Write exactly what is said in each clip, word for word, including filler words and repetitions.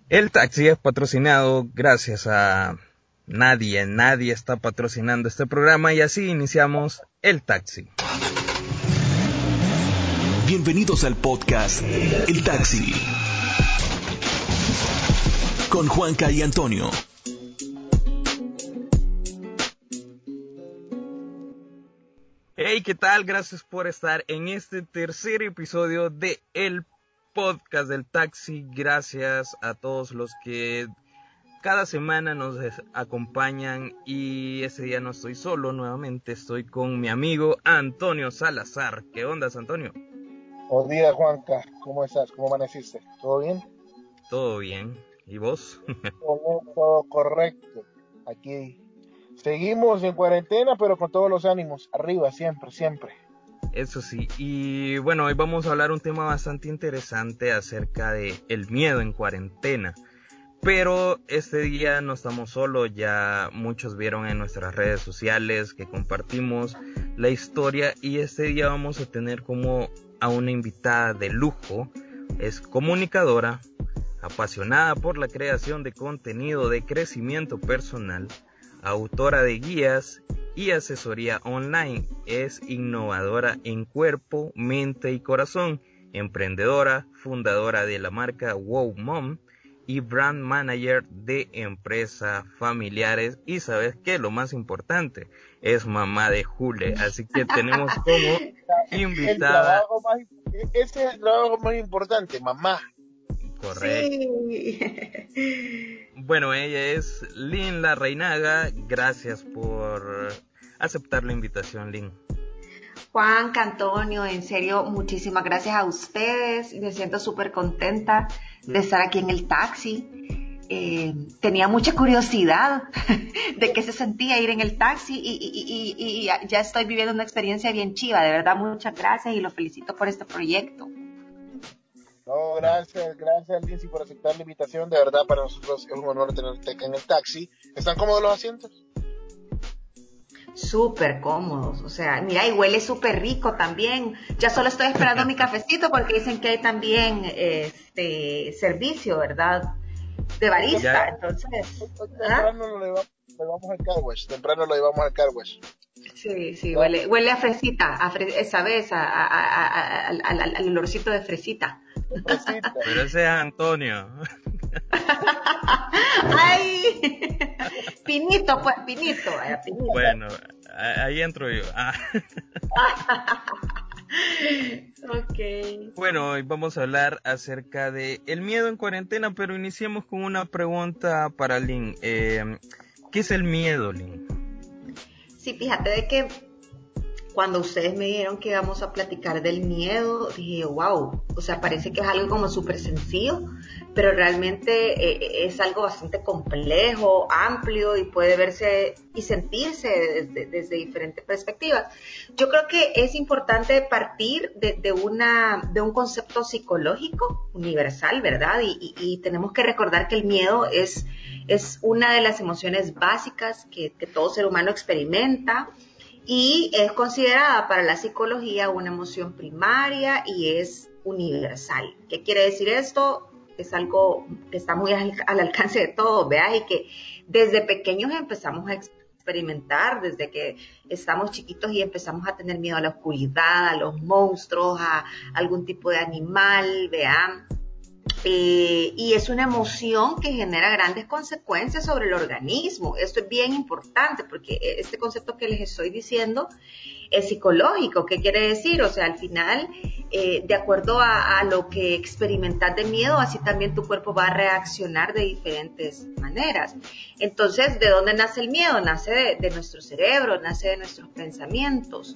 El taxi es patrocinado gracias a nadie, nadie está patrocinando este programa y así iniciamos El Taxi. Bienvenidos al podcast El Taxi con Juanca y Antonio. Hey, ¿qué tal? Gracias por estar en este tercer episodio de El Podcast del Taxi. Gracias a todos los que cada semana nos acompañan y ese día no estoy solo, nuevamente estoy con mi amigo Antonio Salazar. ¿Qué onda, Antonio? Buenos días, Juanca. ¿Cómo estás? ¿Cómo amaneciste? ¿Todo bien? Todo bien. ¿Y vos? Todo, todo correcto. Aquí seguimos en cuarentena, pero con todos los ánimos. Arriba, siempre, siempre. Eso sí. Y bueno, hoy vamos a hablar un tema bastante interesante acerca de el miedo en cuarentena. Pero este día no estamos solos, ya muchos vieron en nuestras redes sociales que compartimos la historia y este día vamos a tener como a una invitada de lujo. Es comunicadora, apasionada por la creación de contenido de crecimiento personal, autora de guías y asesoría online. Es innovadora en cuerpo, mente y corazón, emprendedora, fundadora de la marca Wow Mom y brand manager de empresas familiares. Y sabes qué, lo más importante, es mamá de Jule, así que tenemos como invitada el trabajo más, ese es el trabajo más importante, mamá. Correcto. Sí. Bueno, ella es Lynn La Reinaga. Gracias por aceptar la invitación, Lynn. Juanca, Antonio, en serio, muchísimas gracias a ustedes. Me siento súper contenta de estar aquí en el taxi. Eh, tenía mucha curiosidad de qué se sentía ir en el taxi y, y, y, y ya estoy viviendo una experiencia bien chiva. De verdad, muchas gracias y lo felicito por este proyecto. No, gracias, gracias, Lindsay, por aceptar la invitación. De verdad, para nosotros es un honor tenerte en el taxi. ¿Están cómodos los asientos? Súper cómodos, o sea, mira, y huele súper rico también. Ya solo estoy esperando mi cafecito porque dicen que hay también este servicio, ¿verdad? De barista, ya. Entonces. Temprano ¿ah? lo llevamos, lo llevamos al car wash, temprano lo llevamos al car wash. Sí, sí, ¿no? huele, huele a fresita, a fre- ¿sabes? A, a, a, a, al, al, al olorcito de fresita. De fresita. Pero ese es Antonio. ¡Ay! Pinito, pues, pinito, eh, pinito. Bueno, ahí entro yo. Ah. Okay. Bueno, hoy vamos a hablar acerca de el miedo en cuarentena, pero iniciemos con una pregunta para Lynn. Eh, ¿Qué es el miedo, Lynn? Sí, fíjate de que cuando ustedes me dijeron que íbamos a platicar del miedo, dije, wow, o sea, parece que es algo como súper sencillo, pero realmente eh, es algo bastante complejo, amplio y puede verse y sentirse desde, desde diferentes perspectivas. Yo creo que es importante partir de, de, una, de un concepto psicológico universal, ¿verdad? Y, y, y tenemos que recordar que el miedo es, es una de las emociones básicas que, que todo ser humano experimenta. Y es considerada para la psicología una emoción primaria y es universal. ¿Qué quiere decir esto? Es algo que está muy al, al alcance de todos, ¿verdad? Y que desde pequeños empezamos a experimentar, desde que estamos chiquitos y empezamos a tener miedo a la oscuridad, a los monstruos, a algún tipo de animal, ¿verdad? Eh, y es una emoción que genera grandes consecuencias sobre el organismo. Esto es bien importante porque este concepto que les estoy diciendo es psicológico. ¿Qué quiere decir? O sea, al final, eh, de acuerdo a, a lo que experimentas de miedo, así también tu cuerpo va a reaccionar de diferentes maneras. Entonces, ¿de dónde nace el miedo? Nace de, de nuestro cerebro, nace de nuestros pensamientos.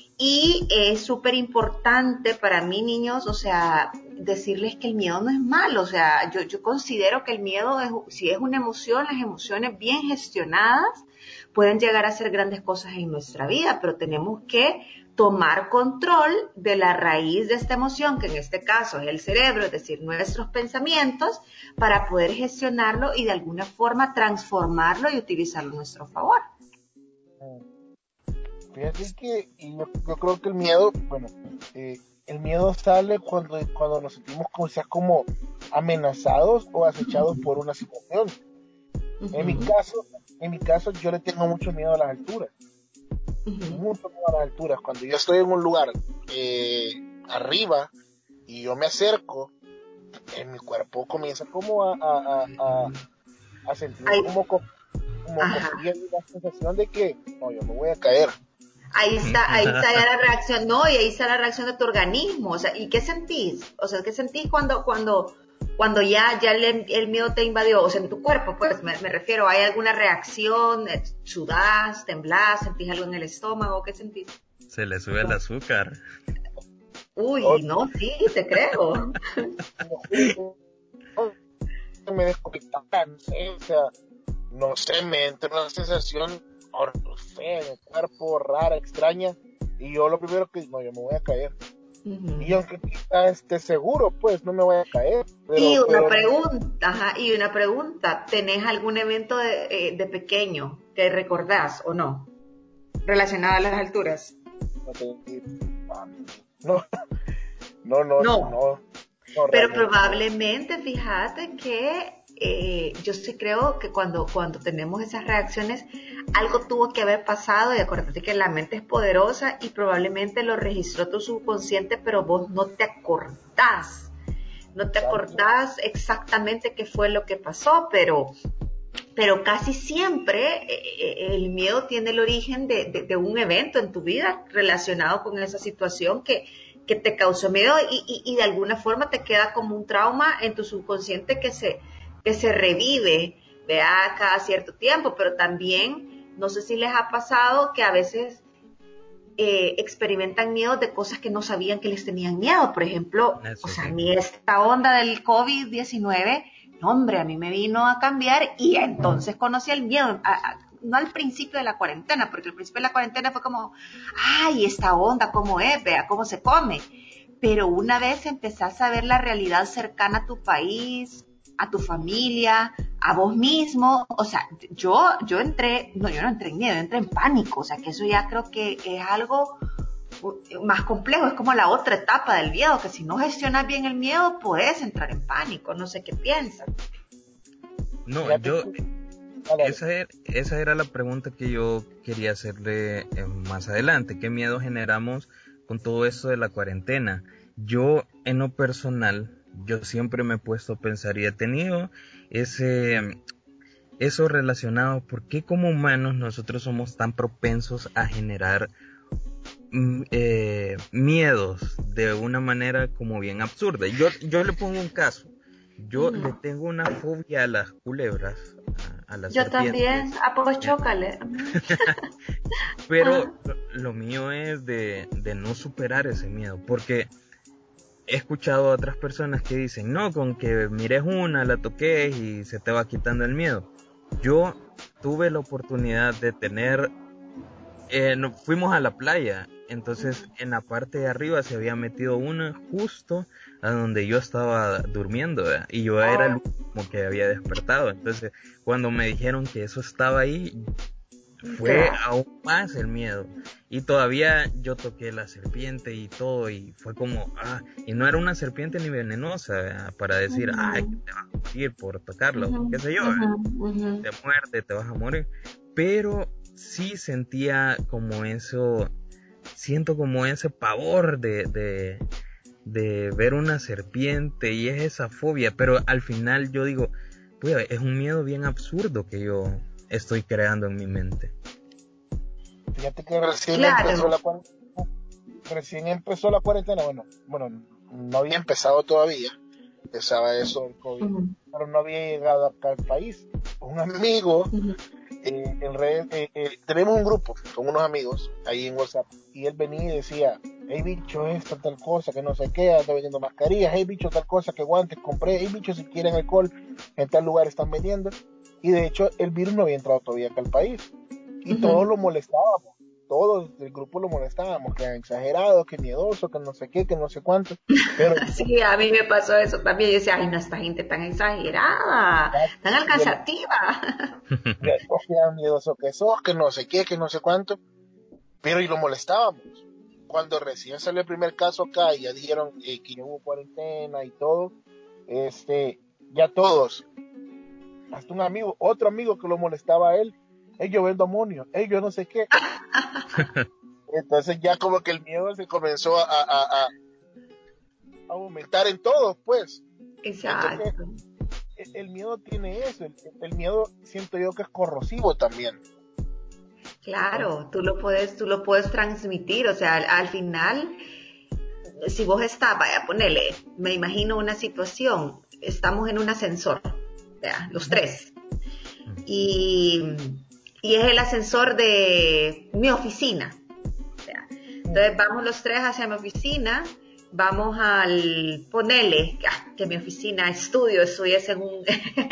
Y es súper importante para mí, niños, o sea, decirles que el miedo no es malo. O sea, yo, yo considero que el miedo, es, si es una emoción, las emociones bien gestionadas pueden llegar a hacer grandes cosas en nuestra vida, pero tenemos que tomar control de la raíz de esta emoción, que en este caso es el cerebro, es decir, nuestros pensamientos, para poder gestionarlo y de alguna forma transformarlo y utilizarlo a nuestro favor. Fíjate que y yo, yo creo que el miedo, bueno, eh, el miedo sale cuando, cuando nos sentimos como, quizás como amenazados o acechados por una situación. Uh-huh. En mi caso, en mi caso, yo le tengo mucho miedo a las alturas. Uh-huh. Mucho miedo a las alturas. Cuando yo estoy en un lugar eh, arriba y yo me acerco, en mi cuerpo comienza como a, a, a, a sentir Ay. como como cosquillas y la sensación de que no, yo me voy a caer. Ahí está, ahí está ya la reacción, no, y ahí está la reacción de tu organismo, o sea, ¿y qué sentís? O sea, ¿qué sentís cuando, cuando, cuando ya, ya el, el miedo te invadió? O sea, en tu cuerpo, pues, me, me refiero, ¿hay alguna reacción? ¿Sudás, temblás, sentís algo en el estómago? ¿Qué sentís? Se le sube el azúcar. Uy, no, sí, te creo. Me desconectan, no sé, o sea, no sé, me entra una sensación fea en el cuerpo, rara, extraña, y yo lo primero que no, yo me voy a caer. Uh-huh. Y aunque quizás esté seguro, pues no me voy a caer. Pero, y una pero... pregunta, ajá, y una pregunta, ¿tenés algún evento de, eh, de pequeño que recordás o no? Relacionado a las alturas. No, no, no, no, no. no, no pero probablemente, fíjate que Eh, yo sí creo que cuando, cuando tenemos esas reacciones, algo tuvo que haber pasado, y acuérdate que la mente es poderosa y probablemente lo registró tu subconsciente, pero vos no te acordás, no te acordás exactamente qué fue lo que pasó, pero, pero casi siempre eh, el miedo tiene el origen de, de, de un evento en tu vida relacionado con esa situación que que te causó miedo y, y, y de alguna forma te queda como un trauma en tu subconsciente que se que se revive, vea, cada cierto tiempo, pero también, no sé si les ha pasado que a veces eh, experimentan miedo de cosas que no sabían que les tenían miedo, por ejemplo, Eso o sea, sí. a mí esta onda del covid diecinueve, no, hombre, a mí me vino a cambiar y entonces conocí el miedo, a, a, no al principio de la cuarentena, porque al principio de la cuarentena fue como, ay, esta onda, cómo es, vea, cómo se come, pero una vez empezás a ver la realidad cercana a tu país, a tu familia, a vos mismo, o sea, yo, yo entré, no, yo no entré en miedo, entré en pánico, o sea, que eso ya creo que es algo más complejo, es como la otra etapa del miedo, que si no gestionas bien el miedo, puedes entrar en pánico, no sé qué piensas. No, yo, esa era, esa era la pregunta que yo quería hacerle más adelante, ¿qué miedo generamos con todo esto de la cuarentena? Yo, en lo personal, yo siempre me he puesto a pensar y he tenido ese, eso relacionado, ¿por qué como humanos nosotros somos tan propensos a generar eh, miedos de una manera como bien absurda? Yo, yo le pongo un caso, yo mm. le tengo una fobia a las culebras, a, a las yo serpientes. También, a poco chócale. Pero ah. lo, lo mío es de, de no superar ese miedo, porque he escuchado a otras personas que dicen, no, con que mires una, la toques y se te va quitando el miedo. Yo tuve la oportunidad de tener, eh, no, fuimos a la playa, entonces en la parte de arriba se había metido una justo a donde yo estaba durmiendo, ¿verdad? Y yo era el último que había despertado. Entonces cuando me dijeron que eso estaba ahí, fue aún más el miedo, y todavía yo toqué la serpiente y todo, y fue como, ah, y no era una serpiente ni venenosa, ¿verdad? Para decir, uh-huh. ay, que te vas a morir por tocarlo, uh-huh. qué sé yo, uh-huh. Uh-huh. te muerde, te vas a morir, pero sí sentía como eso, siento como ese pavor de, de, de ver una serpiente, y es esa fobia, pero al final yo digo, pues, es un miedo bien absurdo que yo estoy creando en mi mente. Fíjate que recién claro. empezó la cuarentena, recién empezó la cuarentena, bueno, bueno, no había empezado todavía, empezaba eso el COVID, uh-huh. pero no había llegado acá al país. Un amigo, uh-huh. eh, en red, eh, eh, tenemos un grupo con unos amigos ahí en WhatsApp, y él venía y decía, hey bicho, esto, tal cosa, que no sé qué, anda vendiendo mascarillas, hey bicho, tal cosa, que guantes compré, hey bicho, si quieren alcohol, en tal lugar están vendiendo. Y de hecho el virus no había entrado todavía acá al país, y uh-huh. todos lo molestábamos, todos del grupo lo molestábamos, que era exagerado, que miedoso, que no sé qué, que no sé cuánto. Pero sí, a mí me pasó eso también, yo decía, ay, no, esta gente tan exagerada, tan alcanzativa. Que miedoso que sos, que no sé qué, que no sé cuánto, pero y lo molestábamos. cuando recién salió el primer caso acá y ya dijeron eh, que ya hubo cuarentena y todo, este, ya todos, hasta un amigo, otro amigo que lo molestaba a él, hey, yo vendo amonio, hey, yo no sé qué. Entonces ya como que el miedo se comenzó a, a, a, a aumentar en todos, pues. Exacto. Entonces, el, el miedo tiene eso, el, el miedo siento yo que es corrosivo también. Claro, tú lo puedes, tú lo puedes transmitir, o sea, al, al final, si vos estás, vaya, ponele, me imagino una situación, estamos en un ascensor, ¿ya? Los tres, y, y es el ascensor de mi oficina, ¿ya? Entonces vamos los tres hacia mi oficina, vamos al, ponele, que mi oficina, estudio, estoy en un,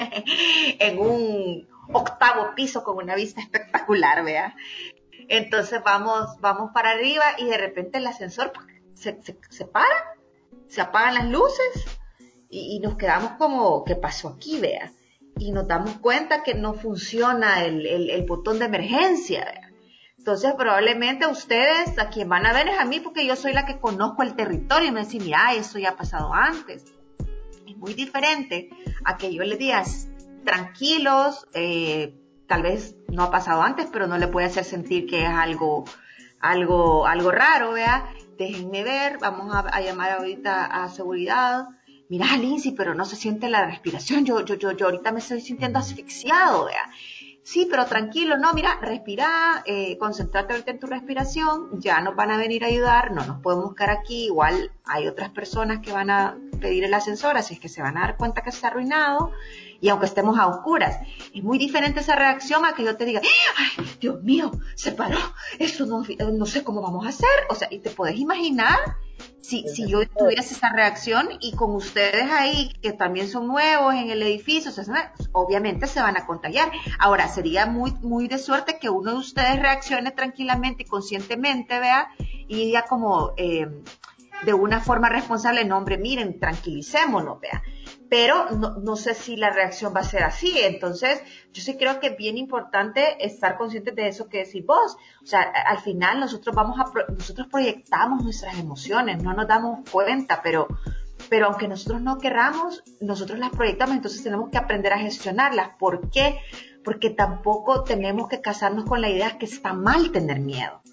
en un octavo piso con una vista espectacular, ¿vea? Entonces vamos, vamos para arriba y de repente el ascensor se, se, se para, se apagan las luces y, y nos quedamos como, ¿qué pasó aquí, vea? Y nos damos cuenta que no funciona el, el, el botón de emergencia, vea. Entonces probablemente ustedes, a quien van a ver es a mí, porque yo soy la que conozco el territorio y me dicen, mira, eso ya ha pasado antes. Es muy diferente a que yo les diga, tranquilos, eh, tal vez no ha pasado antes, pero no le puede hacer sentir que es algo, algo, algo raro, ¿vea? Déjenme ver, vamos a, a llamar ahorita a seguridad. Mira, Lindsay, pero no se siente la respiración, yo, yo, yo, yo ahorita me estoy sintiendo asfixiado, ¿vea? Sí, pero tranquilo, no, mira, respira, eh, concéntrate ahorita en tu respiración, ya nos van a venir a ayudar, no nos podemos quedar aquí, igual hay otras personas que van a pedir el ascensor, así es que se van a dar cuenta que está arruinado, y aunque estemos a oscuras, es muy diferente esa reacción a que yo te diga, ay, Dios mío, se paró, eso no, no sé cómo vamos a hacer, o sea, y te puedes imaginar si, si yo tuviese esa reacción y con ustedes ahí, que también son nuevos en el edificio, o sea, obviamente se van a contagiar. Ahora, sería muy, muy de suerte que uno de ustedes reaccione tranquilamente y conscientemente, vea, y diga como eh, de una forma responsable, no, hombre, miren, tranquilicémonos, vea. Pero no, no sé si la reacción va a ser así. Entonces, yo sí creo que es bien importante estar conscientes de eso que decís vos. O sea, al final nosotros vamos a, nosotros proyectamos nuestras emociones, no nos damos cuenta, pero, pero aunque nosotros no querramos, nosotros las proyectamos, entonces tenemos que aprender a gestionarlas. ¿Por qué? Porque tampoco tenemos que casarnos con la idea que está mal tener miedo.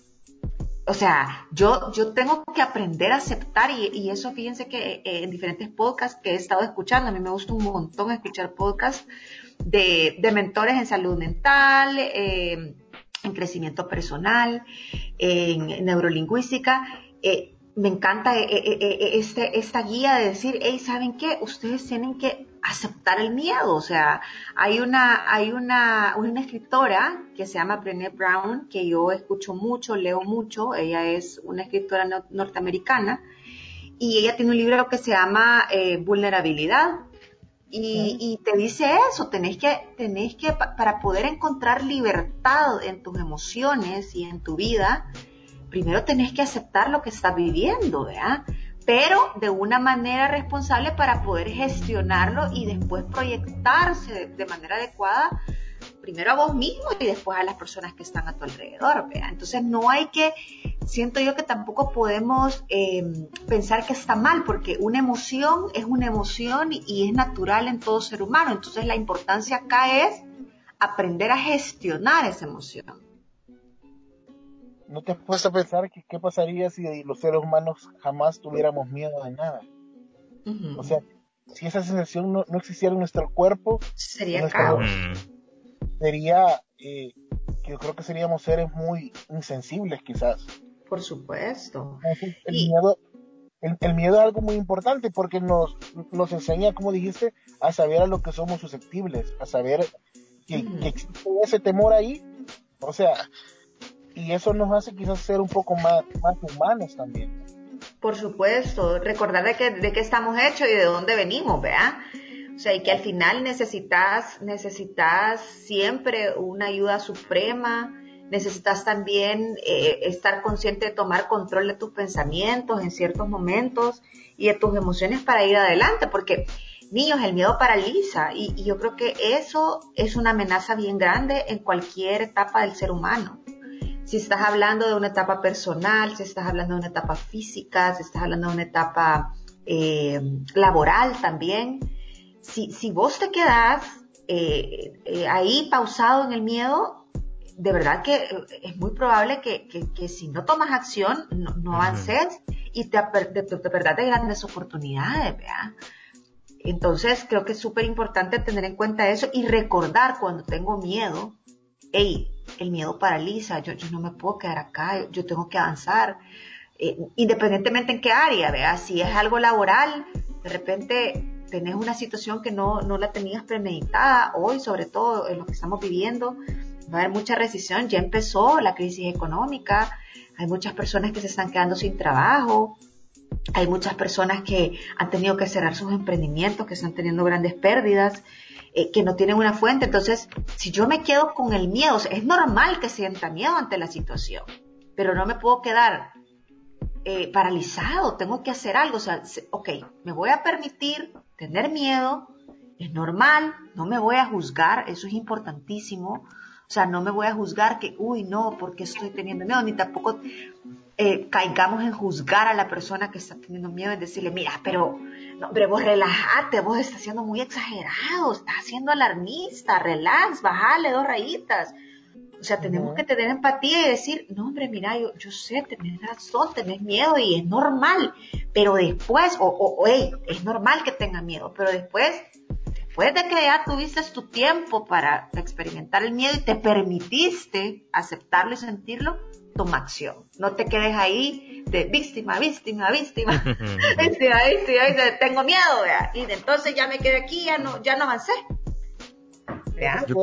O sea, yo, yo tengo que aprender a aceptar y, y eso fíjense que eh, en diferentes podcasts que he estado escuchando, a mí me gusta un montón escuchar podcasts de, de mentores en salud mental, eh, en crecimiento personal, en, en neurolingüística. Eh, me encanta eh, eh, eh, este, esta guía de decir, hey, ¿saben qué? Ustedes tienen que aceptar el miedo. O sea, hay una, hay una, una escritora que se llama Brené Brown, que yo escucho mucho, leo mucho. Ella es una escritora no, norteamericana y ella tiene un libro que se llama eh, Vulnerabilidad. Y, y te dice eso, tenés que, tenés que, para poder encontrar libertad en tus emociones y en tu vida, primero tenés que aceptar lo que estás viviendo, ¿verdad? Pero de una manera responsable para poder gestionarlo y después proyectarse de manera adecuada, primero a vos mismo y después a las personas que están a tu alrededor, ¿verdad? Entonces no hay que, siento yo que tampoco podemos eh, pensar que está mal, porque una emoción es una emoción y, y es natural en todo ser humano. Entonces la importancia acá es aprender a gestionar esa emoción. ¿No te has puesto a pensar que qué pasaría si los seres humanos jamás tuviéramos miedo de nada? Uh-huh. O sea, si esa sensación no, no existiera en nuestro cuerpo, sería en caos. Nuestro, sería, eh, yo creo que seríamos seres muy insensibles, quizás. Por supuesto. El y... miedo, el, el miedo es algo muy importante porque nos, nos enseña, como dijiste, a saber a lo que somos susceptibles, a saber que, uh-huh. que existe ese temor ahí. O sea, y eso nos hace quizás ser un poco más, más humanos también. Por supuesto, recordar de qué de qué estamos hechos y de dónde venimos, ¿verdad? O sea, y que al final necesitas, necesitas siempre una ayuda suprema, necesitas también eh, estar consciente de tomar control de tus pensamientos en ciertos momentos y de tus emociones para ir adelante, porque niños, el miedo paraliza y, y yo creo que eso es una amenaza bien grande en cualquier etapa del ser humano. si estás hablando de una etapa personal, si estás hablando de una etapa física, si estás hablando de una etapa eh, laboral también. Si, si vos te quedás eh, eh, ahí pausado en el miedo, de verdad que es muy probable que, que, que si no tomas acción, no, no avances y te, te, te, te perdás de grandes oportunidades, ¿verdad? Entonces creo que es súper importante tener en cuenta eso y recordar cuando tengo miedo, hey, el miedo paraliza, yo, yo no me puedo quedar acá, yo, yo tengo que avanzar, eh, independientemente en qué área, ¿verdad? Si es algo laboral, de repente tenés una situación que no, no la tenías premeditada, hoy sobre todo en lo que estamos viviendo, va a haber mucha recesión, ya empezó la crisis económica, hay muchas personas que se están quedando sin trabajo, hay muchas personas que han tenido que cerrar sus emprendimientos, que están teniendo grandes pérdidas, eh, que no tienen una fuente. Entonces, si yo me quedo con el miedo, o sea, es normal que sienta miedo ante la situación, pero no me puedo quedar eh, paralizado, tengo que hacer algo. O sea, ok, me voy a permitir tener miedo, es normal, no me voy a juzgar, eso es importantísimo. O sea, no me voy a juzgar que, uy, no, porque estoy teniendo miedo, ni tampoco eh, caigamos en juzgar a la persona que está teniendo miedo y decirle, mira, pero, no, hombre, vos relájate, vos estás siendo muy exagerado, estás siendo alarmista, relax, bajale dos rayitas. O sea, tenemos uh-huh. que tener empatía y decir, no, hombre, mira, yo, yo sé, tenés razón, tenés miedo y es normal, pero después, o, o, o hey, es normal que tenga miedo, pero después... Después de que ya tuviste tu tiempo para experimentar el miedo y te permitiste aceptarlo y sentirlo, toma acción. No te quedes ahí de víctima, víctima, víctima, víctima, víctima, víctima, tengo miedo, ¿vea? Y entonces ya me quedé aquí, ya no, ya no avancé. ¿Vea? Yo,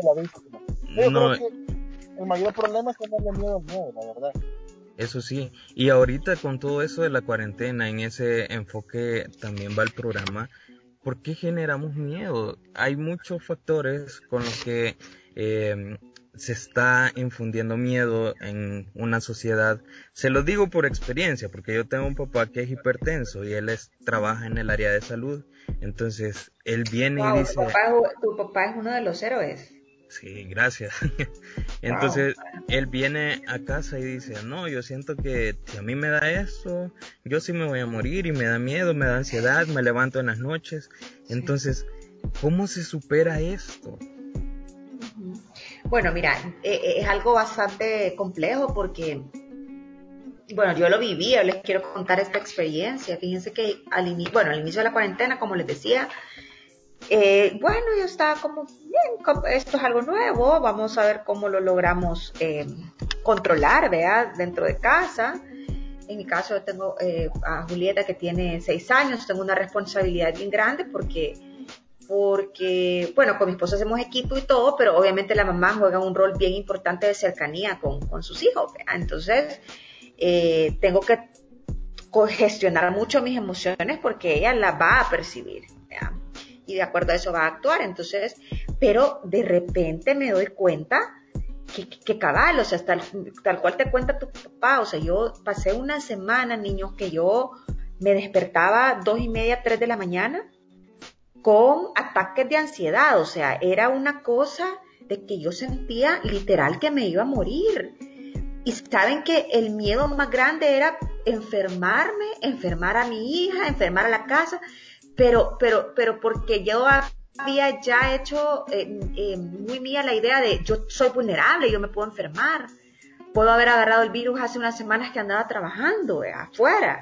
yo no. creo que el mayor problema es tenerle miedo al miedo, la verdad. Eso sí, y ahorita con todo eso de la cuarentena, en ese enfoque también va el programa. ¿Por qué generamos miedo? Hay muchos factores con los que eh, se está infundiendo miedo en una sociedad. Se lo digo por experiencia, porque yo tengo un papá que es hipertenso y él es, trabaja en el área de salud. Entonces, él viene wow, y dice... Tu papá, tu papá es uno de los héroes. Sí, gracias. Entonces, wow. Él viene a casa y dice, no, yo siento que si a mí me da eso, yo sí me voy a morir y me da miedo, me da ansiedad, me levanto en las noches. Entonces, ¿cómo se supera esto? Bueno, mira, es algo bastante complejo porque, bueno, yo lo viví, yo les quiero contar esta experiencia. Fíjense que al inicio, bueno, al inicio de la cuarentena, como les decía, Eh, bueno, yo estaba como, bien, esto es algo nuevo, vamos a ver cómo lo logramos eh, controlar, ¿verdad? Dentro de casa. En mi caso, yo tengo eh, a Julieta que tiene seis años, tengo una responsabilidad bien grande porque, porque, bueno, con mi esposo hacemos equipo y todo, pero obviamente la mamá juega un rol bien importante de cercanía con, con sus hijos, ¿verdad? Entonces, eh, tengo que gestionar mucho mis emociones porque ella las va a percibir, ¿verdad? Y de acuerdo a eso va a actuar. Entonces, pero de repente me doy cuenta que, que, que cabal, o sea, tal, tal cual te cuenta tu papá, o sea, yo pasé una semana, niños, que yo me despertaba dos y media, tres de la mañana con ataques de ansiedad, o sea, era una cosa de que yo sentía literal que me iba a morir. Y saben que el miedo más grande era enfermarme, enfermar a mi hija, enfermar a la casa, pero, pero, pero porque yo había ya hecho eh, eh, muy mía la idea de yo soy vulnerable, yo me puedo enfermar, puedo haber agarrado el virus hace unas semanas que andaba trabajando eh, afuera,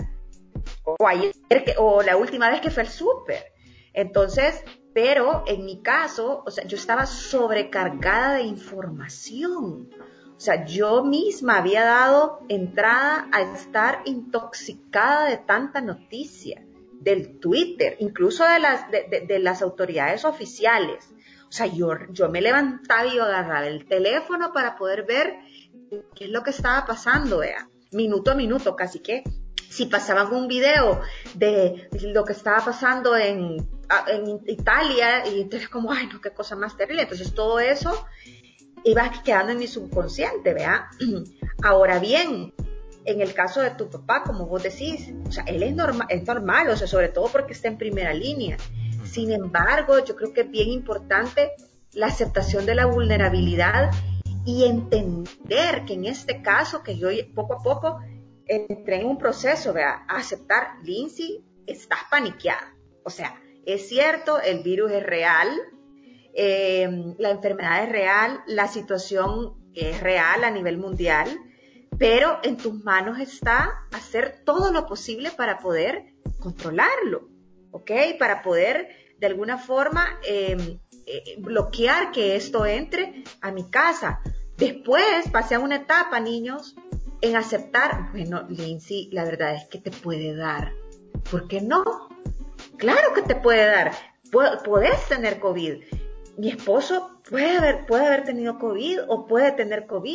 o ayer, que, o la última vez que fue al súper. Entonces, pero en mi caso, o sea, yo estaba sobrecargada de información. O sea, yo misma había dado entrada a estar intoxicada de tanta noticia, del Twitter, incluso de las, de, de, de las autoridades oficiales. O sea, yo, yo me levantaba y yo agarraba el teléfono para poder ver qué es lo que estaba pasando, vea, minuto a minuto, casi que si pasaban un video de lo que estaba pasando en, en Italia, y entonces como, ay, no, qué cosa más terrible. Entonces todo eso iba quedando en mi subconsciente, ¿vea? Ahora bien, en el caso de tu papá, como vos decís, o sea, él es, norma, es normal, o sea, sobre todo porque está en primera línea. Sin embargo, yo creo que es bien importante la aceptación de la vulnerabilidad y entender que en este caso, que yo poco a poco entré en un proceso, vea, a aceptar, Lindsay, estás paniqueada. O sea, es cierto, el virus es real, eh, la enfermedad es real, la situación es real a nivel mundial, pero en tus manos está hacer todo lo posible para poder controlarlo, ¿ok? Para poder, de alguna forma, eh, eh, bloquear que esto entre a mi casa. Después pasé a una etapa, niños, en aceptar, bueno, Lindsay, la verdad es que te puede dar. ¿Por qué no? Claro que te puede dar. Puedes tener COVID. Mi esposo puede haber, puede haber tenido COVID o puede tener COVID.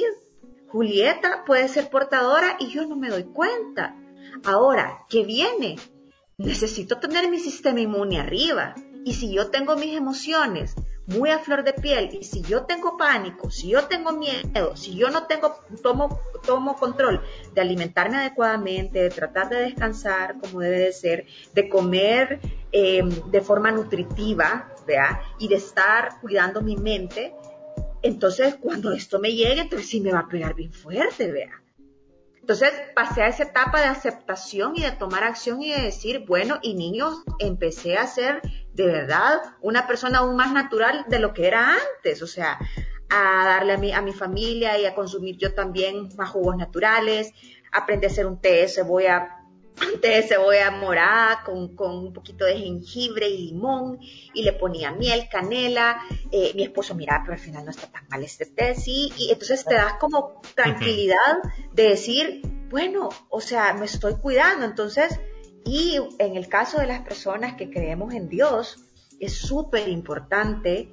Julieta puede ser portadora y yo no me doy cuenta. Ahora, ¿qué viene? Necesito tener mi sistema inmune arriba. Y si yo tengo mis emociones muy a flor de piel, y si yo tengo pánico, si yo tengo miedo, si yo no tengo, tomo, tomo control de alimentarme adecuadamente, de tratar de descansar como debe de ser, de comer eh, de forma nutritiva, ¿verdad? Y de estar cuidando mi mente, entonces cuando esto me llegue, entonces sí me va a pegar bien fuerte, ¿verdad? Entonces pasé a esa etapa de aceptación y de tomar acción y de decir, bueno, y niños, empecé a ser de verdad una persona aún más natural de lo que era antes, o sea, a darle a mi, a mi familia y a consumir yo también más jugos naturales, aprendí a hacer un té de cebolla, un té de cebolla morada con, con un poquito de jengibre y limón, y le ponía miel, canela, eh, mi esposo, mira, pero al final no está tan mal este té, sí, y entonces te das como tranquilidad de decir, bueno, o sea, me estoy cuidando, entonces, y en el caso de las personas que creemos en Dios, es súper importante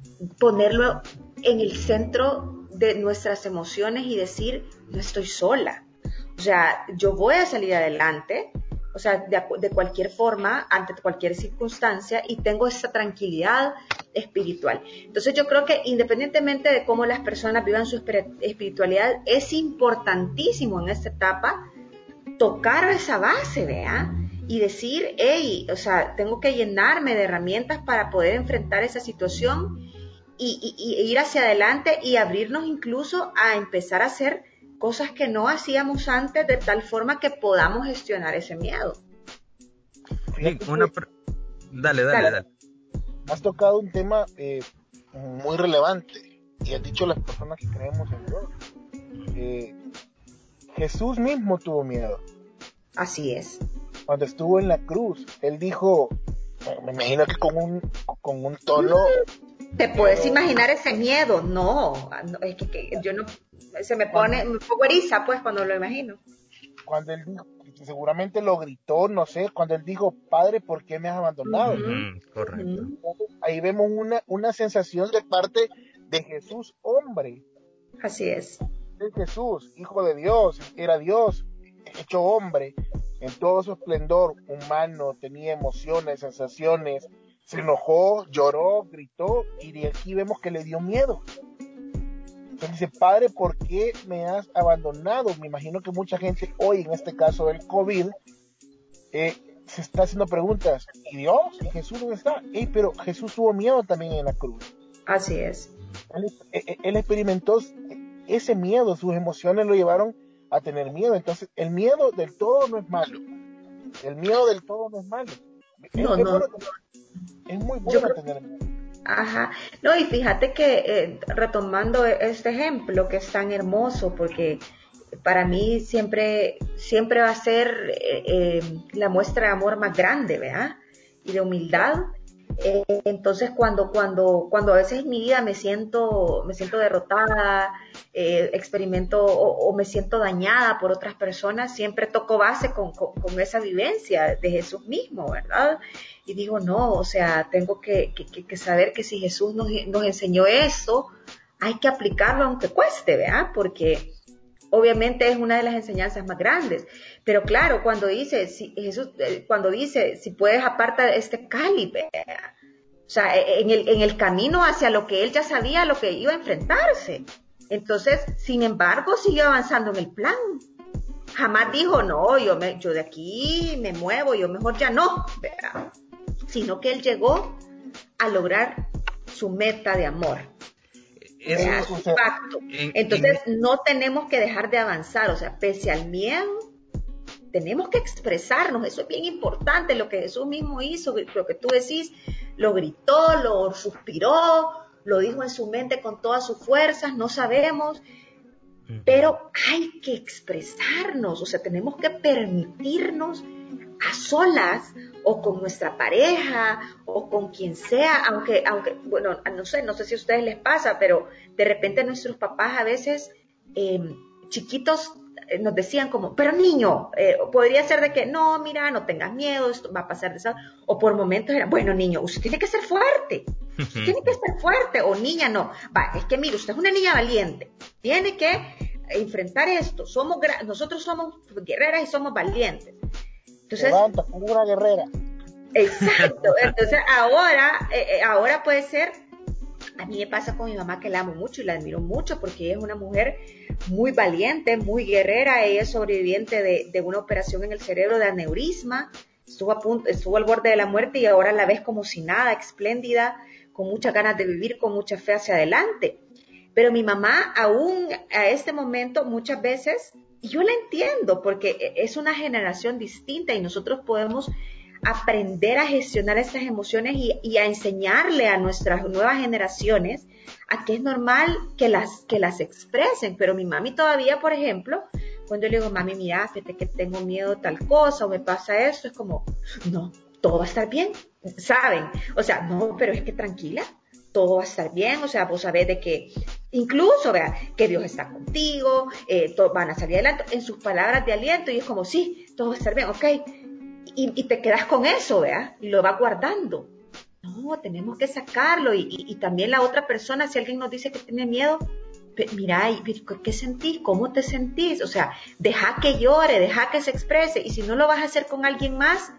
ponerlo en el centro de nuestras emociones y decir, no estoy sola. O sea, yo voy a salir adelante, o sea, de, de cualquier forma, ante cualquier circunstancia, y tengo esa tranquilidad espiritual. Entonces yo creo que independientemente de cómo las personas vivan su espiritualidad, es importantísimo en esta etapa tocar esa base, ¿vea? Y decir, hey, o sea, tengo que llenarme de herramientas para poder enfrentar esa situación y, y, y ir hacia adelante y abrirnos incluso a empezar a hacer cosas que no hacíamos antes, de tal forma que podamos gestionar ese miedo. Sí, una pr- dale, dale, dale, dale. Has tocado un tema eh, muy relevante y has dicho las personas que creemos en Dios. Eh, Jesús mismo tuvo miedo. Así es. Cuando estuvo en la cruz, él dijo, me imagino que con un, con un tono... ¿Te puedes pero... imaginar ese miedo? No, no es que, que yo no... Se me pone, cuando, me pongo eriza pues cuando lo imagino. Cuando él dijo, seguramente lo gritó, no sé, cuando él dijo, Padre, ¿por qué me has abandonado? Uh-huh, correcto. Entonces, ahí vemos una, una sensación de parte de Jesús, hombre. Así es. De Jesús, hijo de Dios, era Dios, hecho hombre, en todo su esplendor humano, tenía emociones, sensaciones, se enojó, lloró, gritó, y de aquí vemos que le dio miedo. Entonces dice, Padre, ¿por qué me has abandonado? Me imagino que mucha gente hoy, en este caso del COVID, eh, se está haciendo preguntas, ¿y Dios? ¿Y Jesús dónde está? Hey, pero Jesús tuvo miedo también en la cruz. Así es. Él, él, él experimentó ese miedo, sus emociones lo llevaron a tener miedo. Entonces, el miedo del todo no es malo. El miedo del todo no es malo. No, es, es, no. bueno, es muy bueno Yo... tener miedo. Ajá, no, y fíjate que eh, retomando este ejemplo que es tan hermoso, porque para mí siempre, siempre va a ser eh, eh, la muestra de amor más grande, ¿verdad? Y de humildad. Eh, entonces cuando, cuando, cuando a veces en mi vida me siento, me siento derrotada, eh, experimento o, o me siento dañada por otras personas, siempre toco base con, con, con esa vivencia de Jesús mismo, ¿verdad? Y digo, no, o sea, tengo que, que, que saber que si Jesús nos, nos enseñó eso, hay que aplicarlo aunque cueste, ¿verdad? Porque obviamente es una de las enseñanzas más grandes. Pero claro, cuando dice, si Jesús, cuando dice, si puedes aparta este cáliz, ¿verdad? O sea, en el, en el camino hacia lo que él ya sabía, lo que iba a enfrentarse. Entonces, sin embargo, siguió avanzando en el plan. Jamás dijo, no, yo, me, yo de aquí me muevo, yo mejor ya no, ¿verdad? Sino que él llegó a lograr su meta de amor. eso, Exacto. En, Entonces en... no tenemos que dejar de avanzar, o sea, pese al miedo, tenemos que expresarnos, eso es bien importante, lo que Jesús mismo hizo, lo que tú decís, lo gritó, lo suspiró, lo dijo en su mente con todas sus fuerzas, no sabemos, uh-huh. Pero hay que expresarnos, o sea, tenemos que permitirnos a solas o con nuestra pareja o con quien sea, aunque, aunque bueno, no sé, no sé si a ustedes les pasa, pero de repente nuestros papás a veces eh, chiquitos eh, nos decían como, pero niño, eh, podría ser de que, no, mira, no tengas miedo, esto va a pasar de esa, o por momentos era, bueno, niño, usted tiene que ser fuerte, usted tiene que ser fuerte, o niña, no, va, es que mire, usted es una niña valiente, tiene que enfrentar esto, somos, nosotros somos guerreras y somos valientes. Entonces, levanta, como una guerrera. Exacto, entonces ahora, eh, ahora puede ser, a mí me pasa con mi mamá que la amo mucho y la admiro mucho porque ella es una mujer muy valiente, muy guerrera, ella es sobreviviente de, de una operación en el cerebro de aneurisma, estuvo a punto, estuvo al borde de la muerte y ahora la ves como si nada, espléndida, con muchas ganas de vivir, con mucha fe hacia adelante. Pero mi mamá aún a este momento muchas veces, y yo la entiendo porque es una generación distinta y nosotros podemos aprender a gestionar estas emociones y, y a enseñarle a nuestras nuevas generaciones a que es normal que las, que las expresen. Pero mi mami todavía, por ejemplo, cuando yo le digo, mami, mira, fíjate que tengo miedo de tal cosa o me pasa esto, es como, no, todo va a estar bien, ¿saben? O sea, no, pero es que tranquila, todo va a estar bien, o sea, vos sabés de que incluso, vea, que Dios está contigo, eh, todo, van a salir adelante, en sus palabras de aliento, y es como, sí, todo va a estar bien, ok, y, y te quedas con eso, vea, y lo vas guardando. No, tenemos que sacarlo, y, y, y también la otra persona, si alguien nos dice que tiene miedo, mira, ¿qué sentís? ¿Cómo te sentís? O sea, deja que llore, deja que se exprese, y si no lo vas a hacer con alguien más,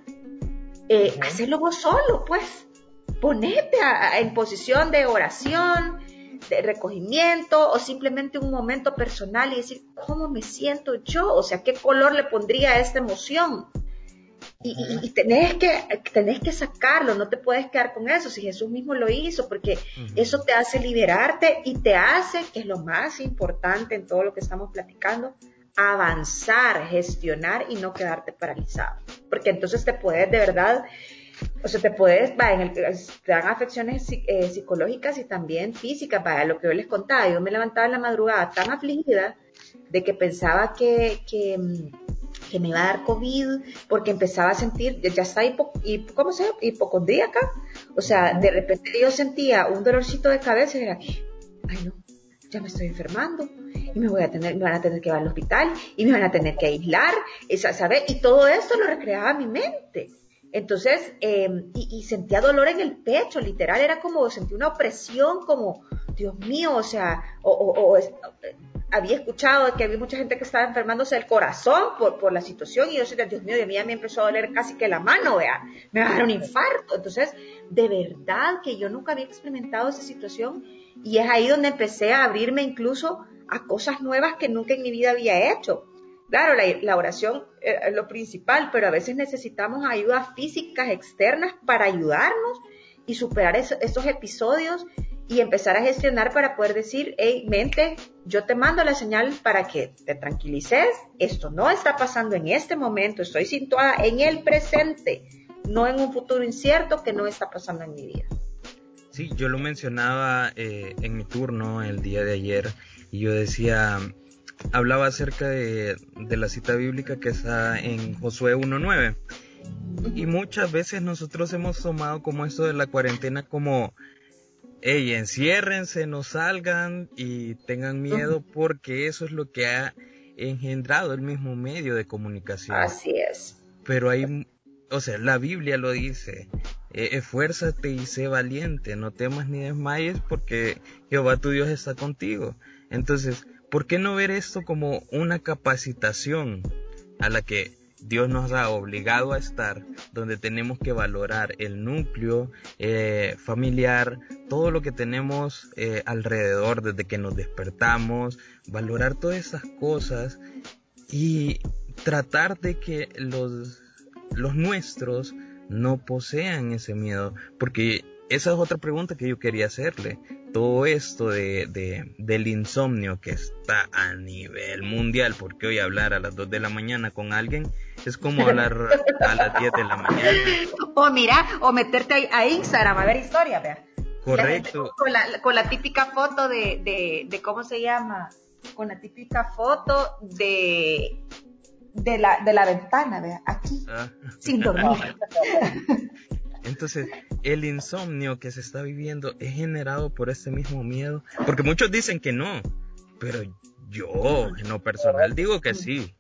eh, uh-huh. Hacelo vos solo, pues. Ponete a, a, en posición de oración, de recogimiento, o simplemente un momento personal y decir, ¿cómo me siento yo? O sea, ¿qué color le pondría a esta emoción? Y, y, y tenés que, tenés que sacarlo, no te puedes quedar con eso, si Jesús mismo lo hizo, porque uh-huh. Eso te hace liberarte y te hace, que es lo más importante en todo lo que estamos platicando, avanzar, gestionar y no quedarte paralizado. Porque entonces te puedes de verdad... O sea, te puedes, va, en el, te dan afecciones eh, psicológicas y también físicas, va, lo que yo les contaba, yo me levantaba en la madrugada tan afligida de que pensaba que, que, que me iba a dar COVID porque empezaba a sentir, ya está hipo, hipo, ¿cómo se llama? Hipocondríaca, o sea, de repente yo sentía un dolorcito de cabeza y era, ay no, ya me estoy enfermando y me voy a tener, me van a tener que llevar al hospital y me van a tener que aislar, esa, ¿sabes? Y todo esto lo recreaba mi mente. Entonces, eh, y, y sentía dolor en el pecho, literal, era como, sentí una opresión, como, Dios mío, o sea, o, o, o es, había escuchado que había mucha gente que estaba enfermándose del corazón por, por la situación, y yo decía, Dios mío, de mí ya me empezó a doler casi que la mano, vea, me va a dar un infarto. Entonces, de verdad que yo nunca había experimentado esa situación, y es ahí donde empecé a abrirme incluso a cosas nuevas que nunca en mi vida había hecho. Claro, la, la oración es lo principal, pero a veces necesitamos ayudas físicas externas para ayudarnos y superar eso, esos episodios y empezar a gestionar para poder decir, hey, mente, yo te mando la señal para que te tranquilices, esto no está pasando en este momento, estoy situada en el presente, no en un futuro incierto que no está pasando en mi vida. Sí, yo lo mencionaba eh, en mi turno el día de ayer y yo decía... Hablaba acerca de, de la cita bíblica que está en Josué uno nueve y muchas veces nosotros hemos tomado como esto de la cuarentena como, hey, enciérrense, no salgan y tengan miedo porque eso es lo que ha engendrado el mismo medio de comunicación. Así es. Pero hay, o sea, la Biblia lo dice, eh, esfuérzate y sé valiente, no temas ni desmayes porque Jehová tu Dios está contigo. Entonces, ¿por qué no ver esto como una capacitación a la que Dios nos ha obligado a estar, donde tenemos que valorar el núcleo eh, familiar, todo lo que tenemos eh, alrededor desde que nos despertamos, valorar todas esas cosas y tratar de que los, los nuestros no posean ese miedo? Porque esa es otra pregunta que yo quería hacerle. todo esto de, de, del insomnio que está a nivel mundial, porque hoy hablar a las dos de la mañana con alguien es como hablar a las diez de la mañana. O mira, o meterte a Instagram a ver historias, vea. Correcto. Con la, con la típica foto de, de, de, ¿cómo se llama? Con la típica foto de, de, la, de la ventana, vea, aquí, ah. sin dormir. Entonces, el insomnio que se está viviendo es generado por este mismo miedo, porque muchos dicen que no, pero yo, en lo personal, digo que sí.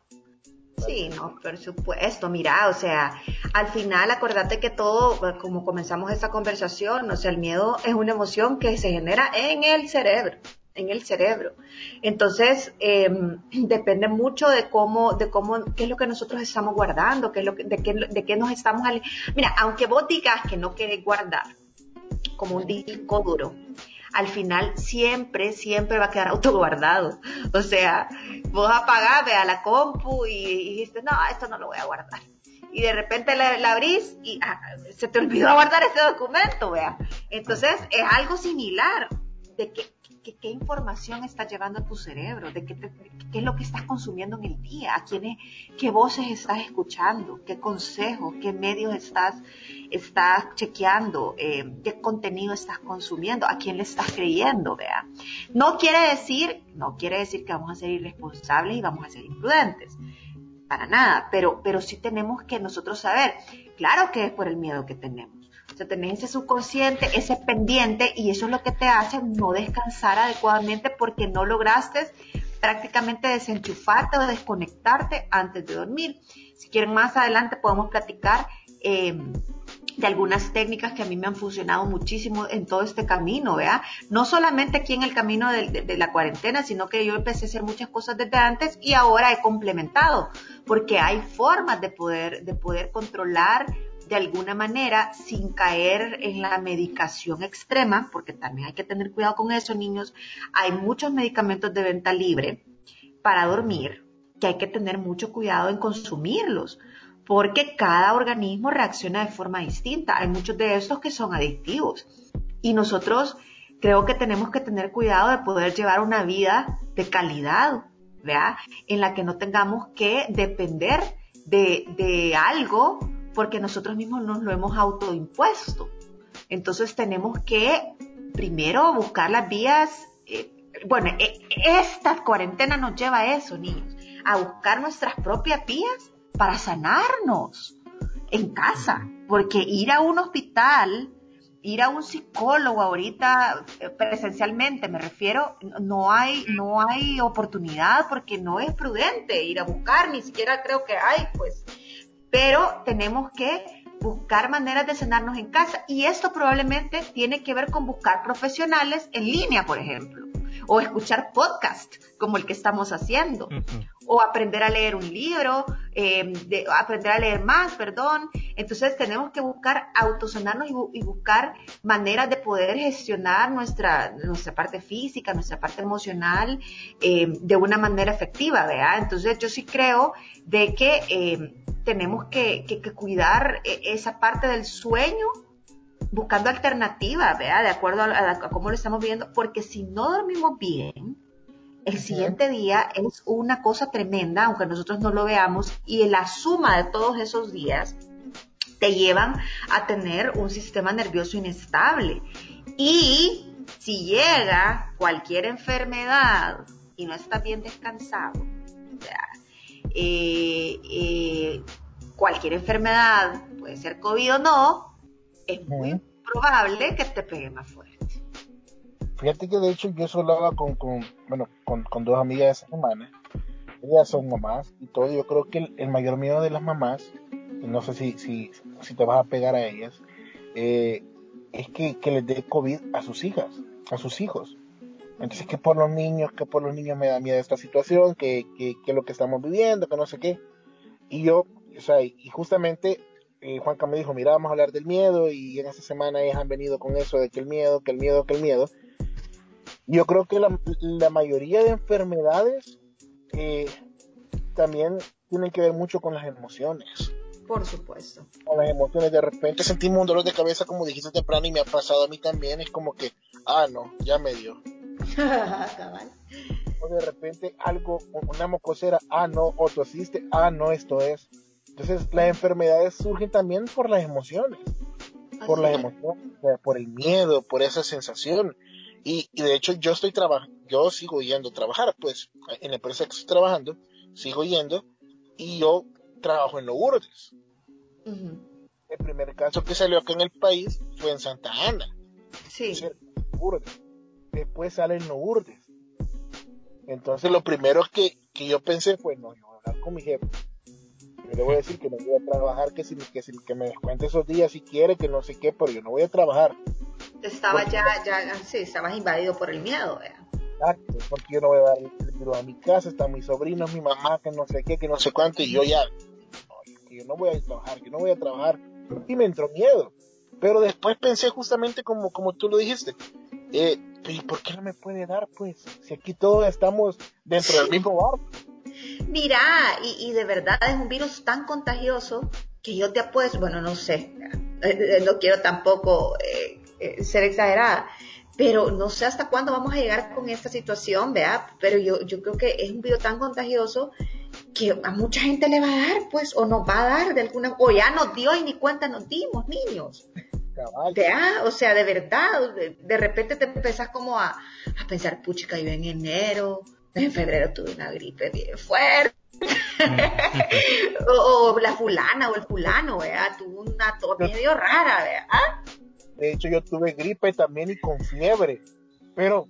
Sí, no, por supuesto, mira, o sea, al final acordate que todo, como comenzamos esta conversación, o sea, el miedo es una emoción que se genera en el cerebro, en el cerebro. Entonces, eh, depende mucho de cómo, de cómo, qué es lo que nosotros estamos guardando, qué es lo que, de qué, de qué nos estamos, ale- mira, aunque vos digas que no querés guardar como un disco duro, al final siempre, siempre va a quedar autoguardado. O sea, vos apagás, ve a la compu y, y dijiste, no, esto no lo voy a guardar. Y de repente la, la abrís y ah, se te olvidó guardar este documento, vea. Entonces, es algo similar. De qué, qué, qué información estás llevando a tu cerebro, de qué, te, qué es lo que estás consumiendo en el día, a quiénes, qué voces estás escuchando, qué consejos, qué medios estás, estás chequeando, eh, qué contenido estás consumiendo, a quién le estás creyendo, vea. No quiere decir, no quiere decir que vamos a ser irresponsables y vamos a ser imprudentes, para nada, pero, pero sí tenemos que nosotros saber, claro que es por el miedo que tenemos. O sea, tenés ese subconsciente, ese pendiente, y eso es lo que te hace no descansar adecuadamente porque no lograste prácticamente desenchufarte o desconectarte antes de dormir. Si quieren, más adelante podemos platicar eh, de algunas técnicas que a mí me han funcionado muchísimo en todo este camino, ¿vea? No solamente aquí en el camino de, de, de la cuarentena, sino que yo empecé a hacer muchas cosas desde antes y ahora he complementado, porque hay formas de poder, de poder controlar de alguna manera sin caer en la medicación extrema, porque también hay que tener cuidado con eso, niños. Hay muchos medicamentos de venta libre para dormir que hay que tener mucho cuidado en consumirlos, porque cada organismo reacciona de forma distinta. Hay muchos de estos que son adictivos y nosotros creo que tenemos que tener cuidado de poder llevar una vida de calidad, ¿verdad? En la que no tengamos que depender de, de algo porque nosotros mismos nos lo hemos autoimpuesto. Entonces tenemos que primero buscar las vías, eh, bueno, eh, esta cuarentena nos lleva a eso, niños, a buscar nuestras propias vías para sanarnos en casa, porque ir a un hospital, ir a un psicólogo ahorita presencialmente, me refiero, no hay, no hay oportunidad porque no es prudente ir a buscar, ni siquiera creo que hay, pues, pero tenemos que buscar maneras de sanarnos en casa y esto probablemente tiene que ver con buscar profesionales en línea, por ejemplo, o escuchar podcast como el que estamos haciendo, uh-huh. o aprender a leer un libro, eh, de, aprender a leer más, perdón. Entonces tenemos que buscar autosanarnos y, bu- y buscar maneras de poder gestionar nuestra, nuestra parte física, nuestra parte emocional eh, de una manera efectiva, ¿verdad? Entonces yo sí creo de que eh, tenemos que, que, que cuidar esa parte del sueño, buscando alternativas, ¿verdad? De acuerdo a, a, a cómo lo estamos viendo, porque si no dormimos bien, el uh-huh. siguiente día es una cosa tremenda, aunque nosotros no lo veamos, y la suma de todos esos días te llevan a tener un sistema nervioso inestable. Y si llega cualquier enfermedad y no estás bien descansado, ¿verdad? Eh, eh, cualquier enfermedad, puede ser COVID o no, es muy uh-huh. probable que te pegue más fuerte. Fíjate que de hecho yo eso hablaba con, con, bueno, con, con dos amigas esa semana. Ellas son mamás y todo. Yo creo que el, el mayor miedo de las mamás, y no sé si, si, si te vas a pegar a ellas, eh, es que, que les dé COVID a sus hijas, a sus hijos. Entonces, que por los niños, que por los niños me da miedo esta situación, que, que, que lo que estamos viviendo, que no sé qué. Y yo, o sea, y justamente eh, Juanca me dijo, mira, vamos a hablar del miedo, y en esta semana ellas han venido con eso de que el miedo, que el miedo, que el miedo. Yo creo que la, la mayoría de enfermedades eh, también tienen que ver mucho con las emociones. Por supuesto. Con las emociones, de repente sentimos un dolor de cabeza, como dijiste temprano, y me ha pasado a mí también. Es como que, ah, no, ya me dio. Cabal. O de repente algo, una mocosera, ah, no, o tosiste, ah, no, esto es. Entonces, las enfermedades surgen también por las emociones. Por Así las es. emociones, por el miedo, por esa sensación. Y, y de hecho, yo estoy trabajando, yo sigo yendo a trabajar, pues, en la empresa que estoy trabajando, sigo yendo, y yo trabajo en Lourdes. Uh-huh. El primer caso que salió acá en el país fue en Santa Ana, Sí. cerca de Lourdes. Después sale en Lourdes. Entonces lo primero que, que yo pensé fue, no, yo voy a hablar con mi jefe. Yo le voy a decir que no voy a trabajar, que si, que si que me descuente esos días si quiere, que no sé qué, pero yo no voy a trabajar. Estaba Porque ya, no, ya, sí, estabas invadido por el miedo, ¿eh? exacto, porque yo no voy a dar el virus a mi casa, están mis sobrinos, mi mamá, que no sé qué, que no sé cuánto, y yo ya, no, que yo no voy a trabajar, que no voy a trabajar. Y me entró miedo. Pero después pensé justamente como, como tú lo dijiste, eh, ¿y por qué no me puede dar, pues? Si aquí todos estamos dentro del mismo barco. Mira, y, y de verdad es un virus tan contagioso que yo te apuesto, bueno, no sé, eh, no quiero tampoco eh, eh, ser exagerada, pero no sé hasta cuándo vamos a llegar con esta situación, ¿vea? Pero yo, yo creo que es un virus tan contagioso que a mucha gente le va a dar, pues, o nos va a dar de alguna, o ya nos dio y ni cuenta nos dimos, niños. Cabal. ¿Vea? O sea, de verdad, de, de repente te empezás como a, a pensar, puchica, yo en enero, en febrero tuve una gripe bien fuerte. o, o la fulana o el fulano, ¿vea? Tuvo una tos medio rara, ¿vea? De hecho, yo tuve gripe también y con fiebre, pero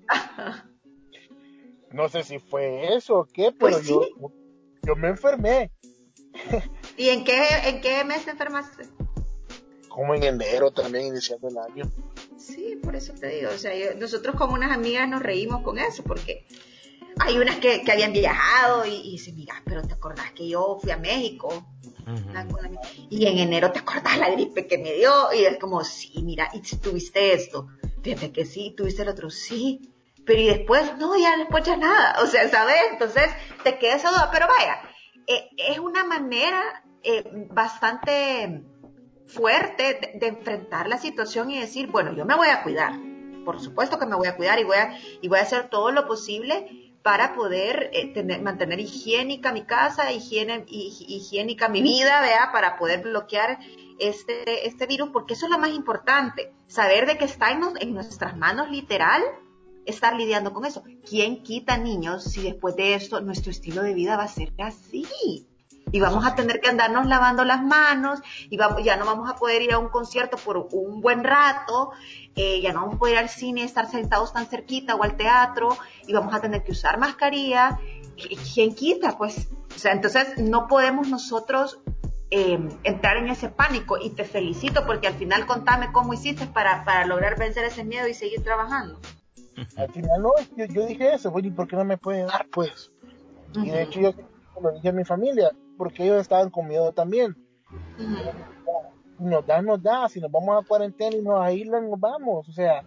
no sé si fue eso o qué, pero Pues yo, sí. yo me enfermé. ¿Y en qué, en qué mes te enfermaste? Como en enero también, iniciando el año. Sí, por eso te digo, o sea, yo, nosotros como unas amigas nos reímos con eso, porque hay unas que, que habían viajado y, y dicen, mira, pero ¿te acordás que yo fui a México? Uh-huh. Y en enero te acordás la gripe que me dio, y es como, sí, mira, y tuviste esto, fíjate que sí, tuviste el otro, sí, pero y después, no, ya después ya nada, o sea, ¿sabes? Entonces te queda esa duda, pero vaya, eh, es una manera eh, bastante fuerte de, de enfrentar la situación y decir, bueno, yo me voy a cuidar, por supuesto que me voy a cuidar y voy a, y voy a hacer todo lo posible para poder eh, tener, mantener higiénica mi casa, higiene, higiénica mi vida, ¿vea? Para poder bloquear este, este virus, porque eso es lo más importante, saber de que está en, en nuestras manos literal, estar lidiando con eso. ¿Quién quita, niños, si después de esto nuestro estilo de vida va a ser así? Y vamos a tener que andarnos lavando las manos, y vamos, ya no vamos a poder ir a un concierto por un buen rato, eh, ya no vamos a poder ir al cine, estar sentados tan cerquita o al teatro, y vamos a tener que usar mascarilla. ¿Quién quita? Pues, o sea, entonces no podemos nosotros eh, entrar en ese pánico, y te felicito porque al final contame cómo hiciste para, para lograr vencer ese miedo y seguir trabajando. Al final no, yo, yo dije eso, bueno, ¿y por qué no me puede dar, pues? Uh-huh. Y de hecho yo lo dije a mi familia, porque ellos estaban con miedo también. Uh-huh. Nos da, nos da, si nos vamos a cuarentena y nos aíslan, nos vamos, o sea,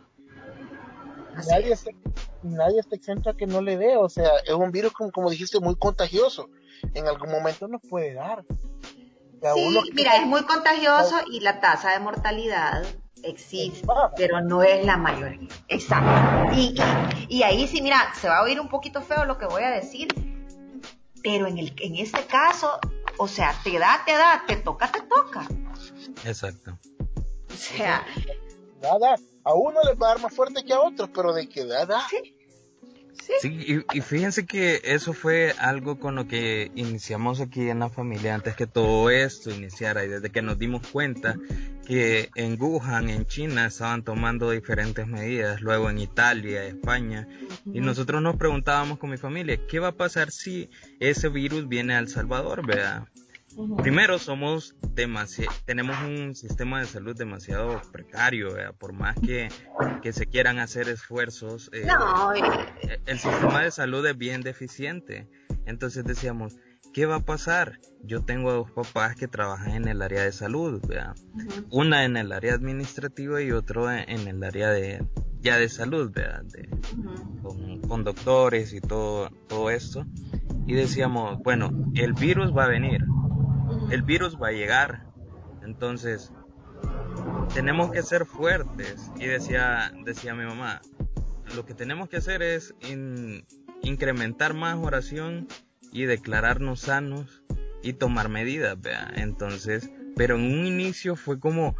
nadie está, nadie está exento a que no le dé, o sea, es un virus, como, como dijiste, muy contagioso, en algún momento nos puede dar. O sea, sí, uno mira, es muy contagioso y la tasa de mortalidad existe, pero no es la mayoría. Exacto. Y, y, y ahí sí, mira, se va a oír un poquito feo lo que voy a decir, pero en, el, en este caso, o sea, te da, te da, te toca, te toca. Exacto. O sea, nada, a uno le va a dar más fuerte que a otros, pero de que da, da. Sí. Sí, sí y, y fíjense que eso fue algo con lo que iniciamos aquí en la familia antes que todo esto iniciara, y desde que nos dimos cuenta que en Wuhan, en China, estaban tomando diferentes medidas, luego en Italia, España, uh-huh. Y nosotros nos preguntábamos con mi familia, ¿qué va a pasar si ese virus viene a El Salvador, ¿verdad? Uh-huh. Primero, somos demasiado, tenemos un sistema de salud demasiado precario, ¿verdad? Por más que, que se quieran hacer esfuerzos, eh, no. el sistema de salud es bien deficiente. Entonces decíamos, ¿qué va a pasar? Yo tengo dos papás que trabajan en el área de salud, ¿verdad? Uh-huh. Una en el área administrativa y otro en el área de ya de salud, ¿verdad? De, uh-huh. con, con doctores y todo, todo esto. Y decíamos, bueno, el virus va a venir, el virus va a llegar. Entonces, tenemos que ser fuertes. Y decía, decía mi mamá, lo que tenemos que hacer es in, incrementar más oración y declararnos sanos y tomar medidas, ¿vea? Entonces, pero en un inicio fue como,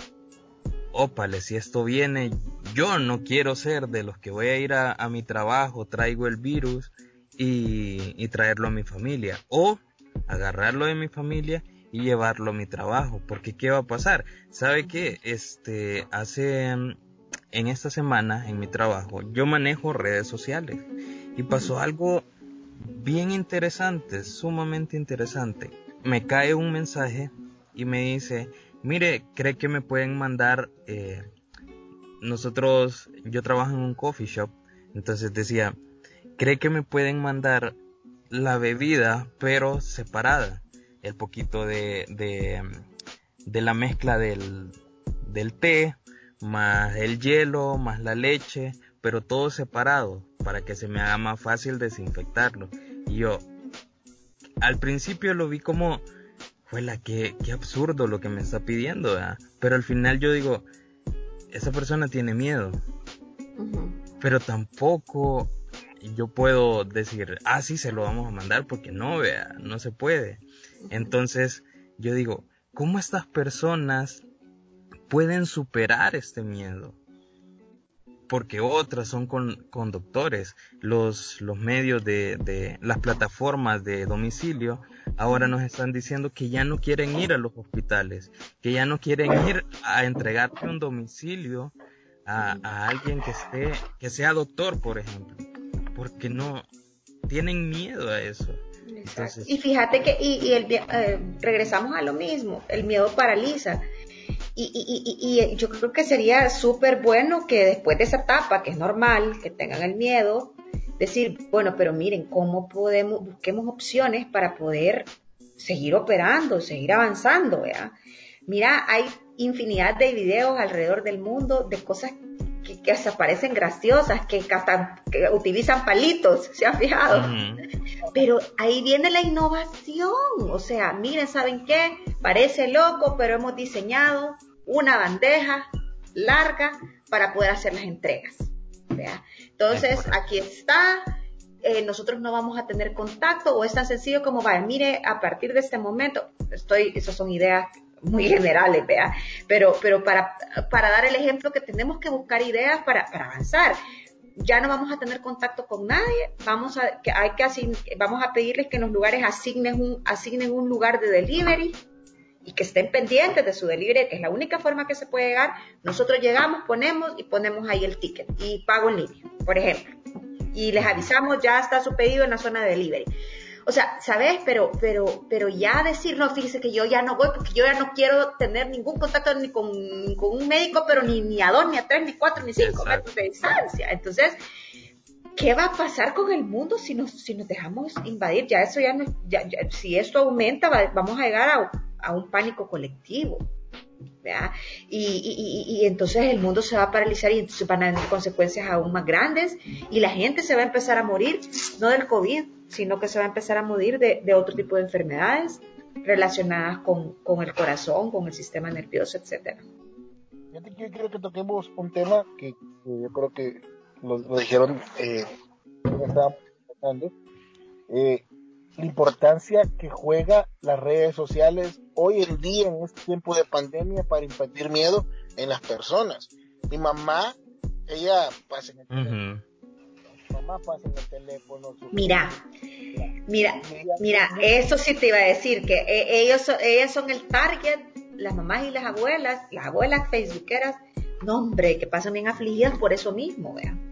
ópale, si esto viene, yo no quiero ser de los que voy a ir a, a mi trabajo, traigo el virus y, y traerlo a mi familia, o agarrarlo de mi familia y llevarlo a mi trabajo, porque ¿qué va a pasar? ¿Sabe qué? Este, hace, en esta semana en mi trabajo, yo manejo redes sociales y pasó algo bien interesante, sumamente interesante. Me cae un mensaje y me dice, mire, ¿cree que me pueden mandar, eh, nosotros, yo trabajo en un coffee shop, entonces decía, ¿cree que me pueden mandar la bebida pero separada? El poquito de, de, de la mezcla del, del té, más el hielo, más la leche, pero todo separado, para que se me haga más fácil desinfectarlo. Y yo, al principio lo vi como, juela, qué, qué absurdo lo que me está pidiendo, ¿verdad? Pero al final yo digo, esa persona tiene miedo. Uh-huh. Pero tampoco yo puedo decir, ah, sí, se lo vamos a mandar, porque no, vea, no se puede. Entonces yo digo, ¿cómo estas personas pueden superar este miedo? Porque otras son con, conductores. Los, los medios de, de las plataformas de domicilio ahora nos están diciendo que ya no quieren ir a los hospitales, que ya no quieren ir a entregarte un domicilio a, a alguien que esté, que sea doctor, por ejemplo, porque no tienen miedo a eso. Entonces, y fíjate que y, y el, eh, regresamos a lo mismo, el miedo paraliza. Y, y, y, y yo creo que sería súper bueno que después de esa etapa, que es normal, que tengan el miedo, decir, bueno, pero miren, ¿cómo podemos, busquemos opciones para poder seguir operando, seguir avanzando, ¿verdad? Mira, hay infinidad de videos alrededor del mundo de cosas que, que hasta parecen graciosas, que hasta que utilizan palitos, ¿se han fijado? Uh-huh. Pero ahí viene la innovación, o sea, miren, ¿saben qué? Parece loco, pero hemos diseñado una bandeja larga para poder hacer las entregas, ¿verdad? Entonces, aquí está, eh, nosotros no vamos a tener contacto, o es tan sencillo como, vaya, mire, a partir de este momento, estoy, esas son ideas muy generales, ¿vea? Pero, pero para, para dar el ejemplo que tenemos que buscar ideas para, para avanzar. Ya no vamos a tener contacto con nadie, vamos a, que hay que asign, vamos a pedirles que en los lugares asignen un, asignen un lugar de delivery y que estén pendientes de su delivery, que es la única forma que se puede llegar. Nosotros llegamos, ponemos y ponemos ahí el ticket y pago en línea, por ejemplo. Y les avisamos, ya está su pedido en la zona de delivery. O sea, ¿sabes? Pero, pero, pero ya decir, no, fíjese que yo ya no voy porque yo ya no quiero tener ningún contacto ni con, con un médico, pero ni, ni a dos, ni a tres, ni cuatro, ni cinco Exacto. metros de distancia. Entonces, ¿qué va a pasar con el mundo si nos, si nos dejamos invadir? Ya eso ya no, ya, ya, si esto aumenta, va, vamos a llegar a, a un pánico colectivo, ¿verdad? Y, y, y, y entonces el mundo se va a paralizar y entonces van a haber consecuencias aún más grandes y la gente se va a empezar a morir, no del COVID, sino que se va a empezar a morir de, de otro tipo de enfermedades relacionadas con, con el corazón, con el sistema nervioso, etcétera. Yo quiero que toquemos un tema que, que yo creo que lo, lo dijeron, eh, estábamos tratando, eh, la importancia que juega las redes sociales hoy en día en este tiempo de pandemia para infundir miedo en las personas. Mi mamá, ella pasa en el teléfono. Uh-huh. Mamá pasa en el teléfono. Mira, mira, mira, eso sí te iba a decir, que ellos, ellas son el target, las mamás y las abuelas, las abuelas facebookeras, no hombre, que pasan bien afligidas por eso mismo, vean.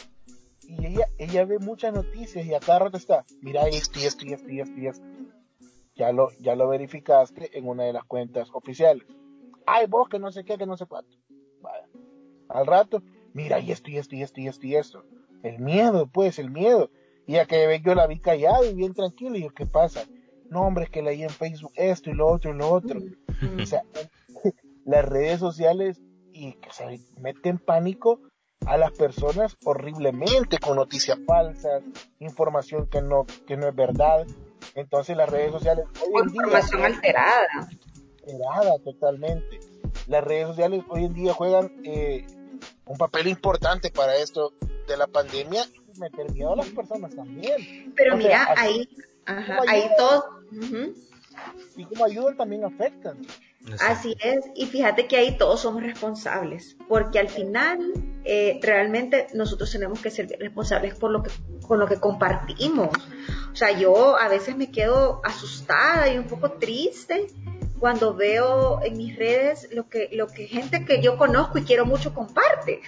Y ella, ella ve muchas noticias y a cada rato está, mira esto y esto y esto y esto y esto. Ya lo, ya lo verificaste en una de las cuentas oficiales. Ay, vos que no sé qué, que no sé cuánto. Vaya. Al rato, mira y esto y esto y esto y esto y esto. El miedo, pues, el miedo. Y ya que yo la vi callada y bien tranquila, y yo, ¿qué pasa? No, hombre, es que leí en Facebook esto y lo otro y lo otro. Mm-hmm. O sea, las redes sociales y que se meten pánico a las personas horriblemente con noticias falsas, información que no, que no es verdad. Entonces las redes sociales hoy en día... Información alterada. Alterada totalmente. Las redes sociales hoy en día juegan eh, un papel importante para esto de la pandemia y meter miedo a las personas también. Pero o mira, sea, ahí, ajá, ayudan, ahí todo... Uh-huh. Y como ayudan también afectan. Así es, y fíjate que ahí todos somos responsables, porque al final eh, realmente nosotros tenemos que ser responsables por lo que, con lo que compartimos. O sea, yo a veces me quedo asustada y un poco triste cuando veo en mis redes lo que, lo que gente que yo conozco y quiero mucho comparte.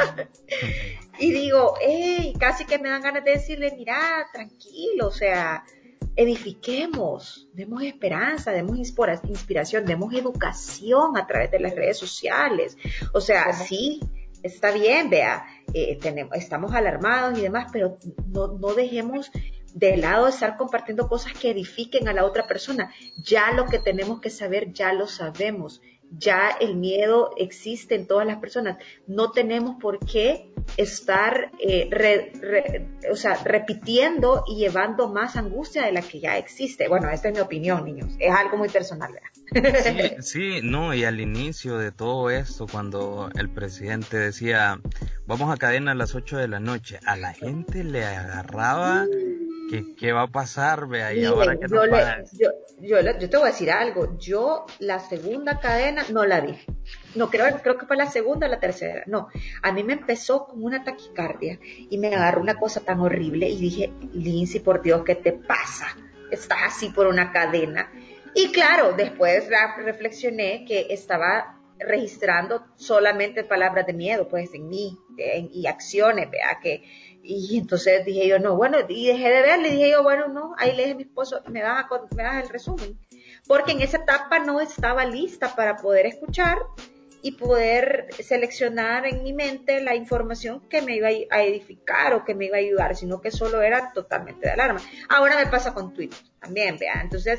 Y digo, hey, casi que me dan ganas de decirle, mira, tranquilo, o sea, edifiquemos, demos esperanza, demos inspiración, demos educación a través de las redes sociales. O sea, sí, está bien, vea, eh, tenemos, estamos alarmados y demás, pero no, no dejemos de lado estar compartiendo cosas que edifiquen a la otra persona. Ya lo que tenemos que saber, ya lo sabemos. Ya el miedo existe en todas las personas. No tenemos por qué estar eh, re, re, o sea, repitiendo y llevando más angustia de la que ya existe. Bueno, esta es mi opinión, niños. Es algo muy personal, ¿verdad? Sí, sí, no, y al inicio de todo esto, cuando el presidente decía, vamos a cadena a las ocho de la noche, a la gente le agarraba... ¿Qué, ¿Qué va a pasar, vea? Y ahora que yo, no le, pagan. yo, yo, yo te voy a decir algo. Yo la segunda cadena no la vi. No, creo, creo que fue la segunda o la tercera. No, a mí me empezó con una taquicardia y me agarró una cosa tan horrible y dije, Lindsay, por Dios, ¿qué te pasa? Estás así por una cadena. Y claro, después reflexioné que estaba registrando solamente palabras de miedo, pues en mí, en, y acciones, vea, que... Y entonces dije yo, no, bueno, y dejé de ver, le dije yo, bueno, no, ahí le dije a mi esposo, me vas a, me das el resumen. Porque en esa etapa no estaba lista para poder escuchar y poder seleccionar en mi mente la información que me iba a edificar o que me iba a ayudar, sino que solo era totalmente de alarma. Ahora me pasa con Twitter también, vean. Entonces,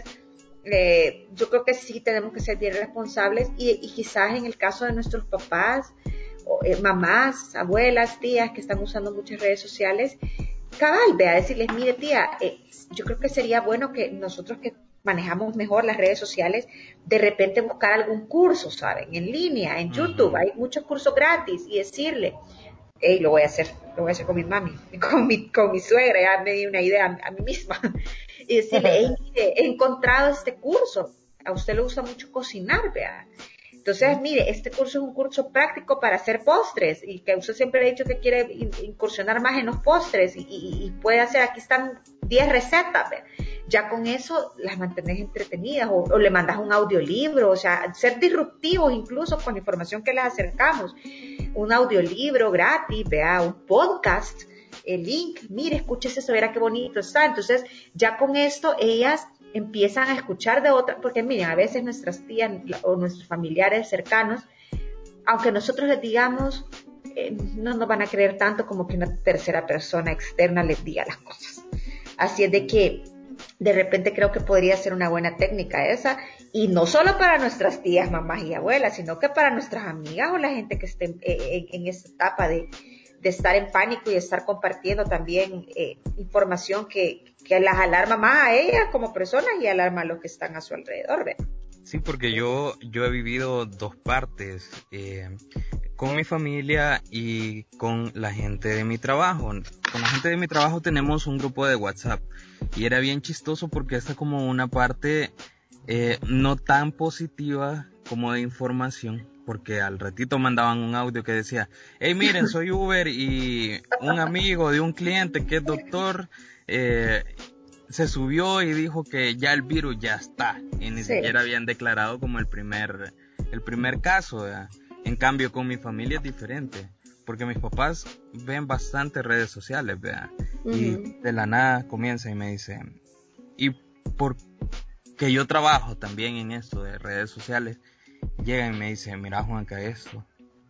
eh, yo creo que sí tenemos que ser bien responsables y, y quizás en el caso de nuestros papás, Eh, mamás, abuelas, tías que están usando muchas redes sociales, cabal, ve a decirles, mire tía, eh, yo creo que sería bueno que nosotros que manejamos mejor las redes sociales, de repente buscar algún curso, ¿saben? En línea, en YouTube, uh-huh. Hay muchos cursos gratis y decirle, hey, lo voy a hacer, lo voy a hacer con mi mami, con mi, con mi suegra, ya me di una idea a, a mí misma, y decirle, hey, mire, he encontrado este curso, a usted le gusta mucho cocinar, vea. Entonces, mire, este curso es un curso práctico para hacer postres y que usted siempre ha dicho que quiere incursionar más en los postres y, y, y puede hacer, aquí están diez recetas, ¿ve? Ya con eso las mantienes entretenidas o, o le mandas un audiolibro, o sea, ser disruptivos incluso con la información que les acercamos, un audiolibro gratis, vea, un podcast, el link, mire, escúchese eso, verá qué bonito está. Entonces, ya con esto ellas empiezan a escuchar de otras, porque miren, a veces nuestras tías o nuestros familiares cercanos, aunque nosotros les digamos, eh, no nos van a creer tanto como que una tercera persona externa les diga las cosas. Así es de que de repente creo que podría ser una buena técnica esa, y no solo para nuestras tías, mamás y abuelas, sino que para nuestras amigas o la gente que esté en, en, en esa etapa de, de estar en pánico y de estar compartiendo también eh, información que, que las alarma más a ellas como personas y alarma a los que están a su alrededor, ¿verdad? Sí, porque yo, yo he vivido dos partes, eh, con mi familia y con la gente de mi trabajo. Con la gente de mi trabajo tenemos un grupo de WhatsApp y era bien chistoso porque esta como una parte eh, no tan positiva como de información, porque al ratito mandaban un audio que decía, hey miren, soy Uber y un amigo de un cliente que es doctor, eh, se subió y dijo que ya el virus ya está y ni sí. siquiera habían declarado como el primer el primer caso, ¿verdad? En cambio con mi familia es diferente porque mis papás ven bastante redes sociales, ¿verdad? Uh-huh. Y de la nada comienza y me dice, y porque yo trabajo también en esto de redes sociales, llega y me dice, mira Juanca, esto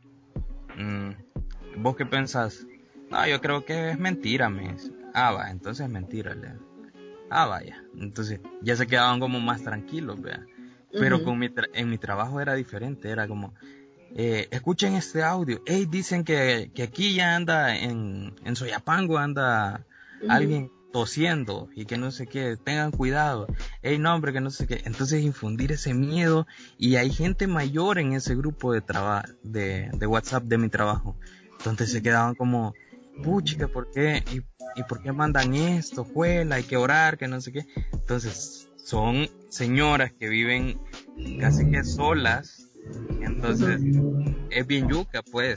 mm, ¿vos qué pensás? No, yo creo que es mentira, me dice. Ah, va, entonces es mentira, le Ah, vaya. Entonces ya se quedaban como más tranquilos, ¿vea? Pero uh-huh. con mi tra- en mi trabajo era diferente, era como, eh, escuchen este audio. Hey, dicen que, que aquí ya anda en, en Soyapango anda uh-huh. alguien tosiendo y que no sé qué, tengan cuidado, hey no hombre que no sé qué, entonces infundir ese miedo, y hay gente mayor en ese grupo de traba, de, de WhatsApp de mi trabajo, entonces se quedaban como, puchica, ¿por qué? ¿Y, y por qué mandan esto? Juela, hay que orar, que no sé qué, entonces son señoras que viven casi que solas, entonces es bien yuca pues.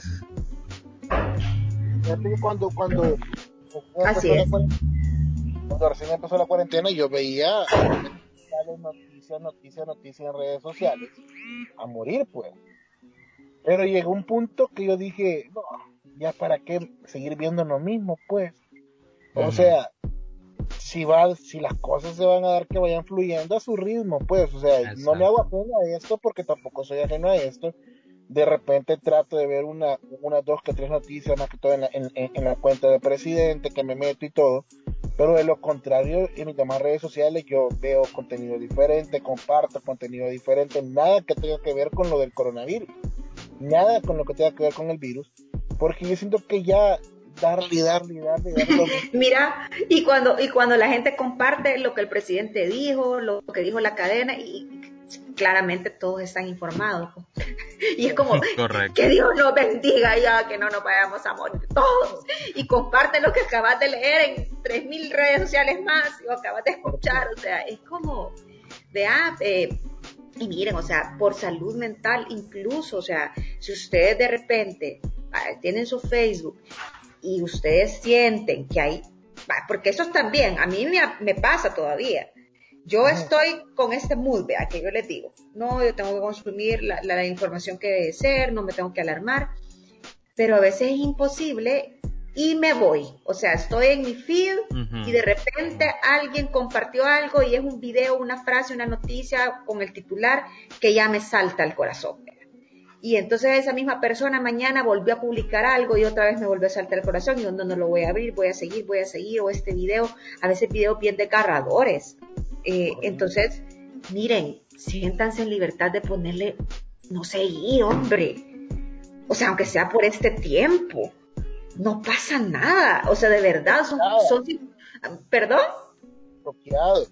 Cuando, cuando, Así es. Cuando recién empezó la cuarentena, yo veía noticias, noticias, noticias en redes sociales a morir, pues. Pero llegó un punto que yo dije, no, ya para qué seguir viendo lo mismo, pues. O uh-huh. sea, si va, si las cosas se van a dar que vayan fluyendo a su ritmo, pues. O sea, exacto. No me hago ajeno a esto porque tampoco soy ajeno a esto. De repente trato de ver una, una dos que tres noticias, más que todo en la, en, en la cuenta del presidente, que me meto y todo. Pero de lo contrario, en mis demás redes sociales yo veo contenido diferente, comparto contenido diferente, nada que tenga que ver con lo del coronavirus, nada con lo que tenga que ver con el virus, porque yo siento que ya darle, darle, darle, darle. Mira, y cuando, y cuando la gente comparte lo que el presidente dijo, lo que dijo la cadena, y claramente todos están informados. Y es como, correcto, que Dios nos bendiga ya, que no nos vayamos a morir todos. Y comparte lo que acabas de leer en tres mil redes sociales más, y acabas de escuchar, o sea, es como, vea, eh, y miren, o sea, por salud mental incluso, o sea, si ustedes de repente tienen su Facebook y ustedes sienten que hay, porque eso también, a mí me, me pasa todavía. Yo estoy con este mood, vea, que yo les digo, no, yo tengo que consumir la, la, la información que debe ser, no me tengo que alarmar, pero a veces es imposible y me voy, o sea, estoy en mi feed uh-huh. y de repente alguien compartió algo y es un video, una frase, una noticia con el titular que ya me salta al corazón, vea. Y entonces esa misma persona mañana volvió a publicar algo y otra vez me volvió a saltar el corazón y yo no, no lo voy a abrir, voy a seguir, voy a seguir, o este video, a veces videos bien desgarradores. Eh, entonces, miren, siéntanse en libertad de ponerle no seguir, hombre. O sea, aunque sea por este tiempo, no pasa nada. O sea, de verdad, son, son ¿perdón? Bloqueado.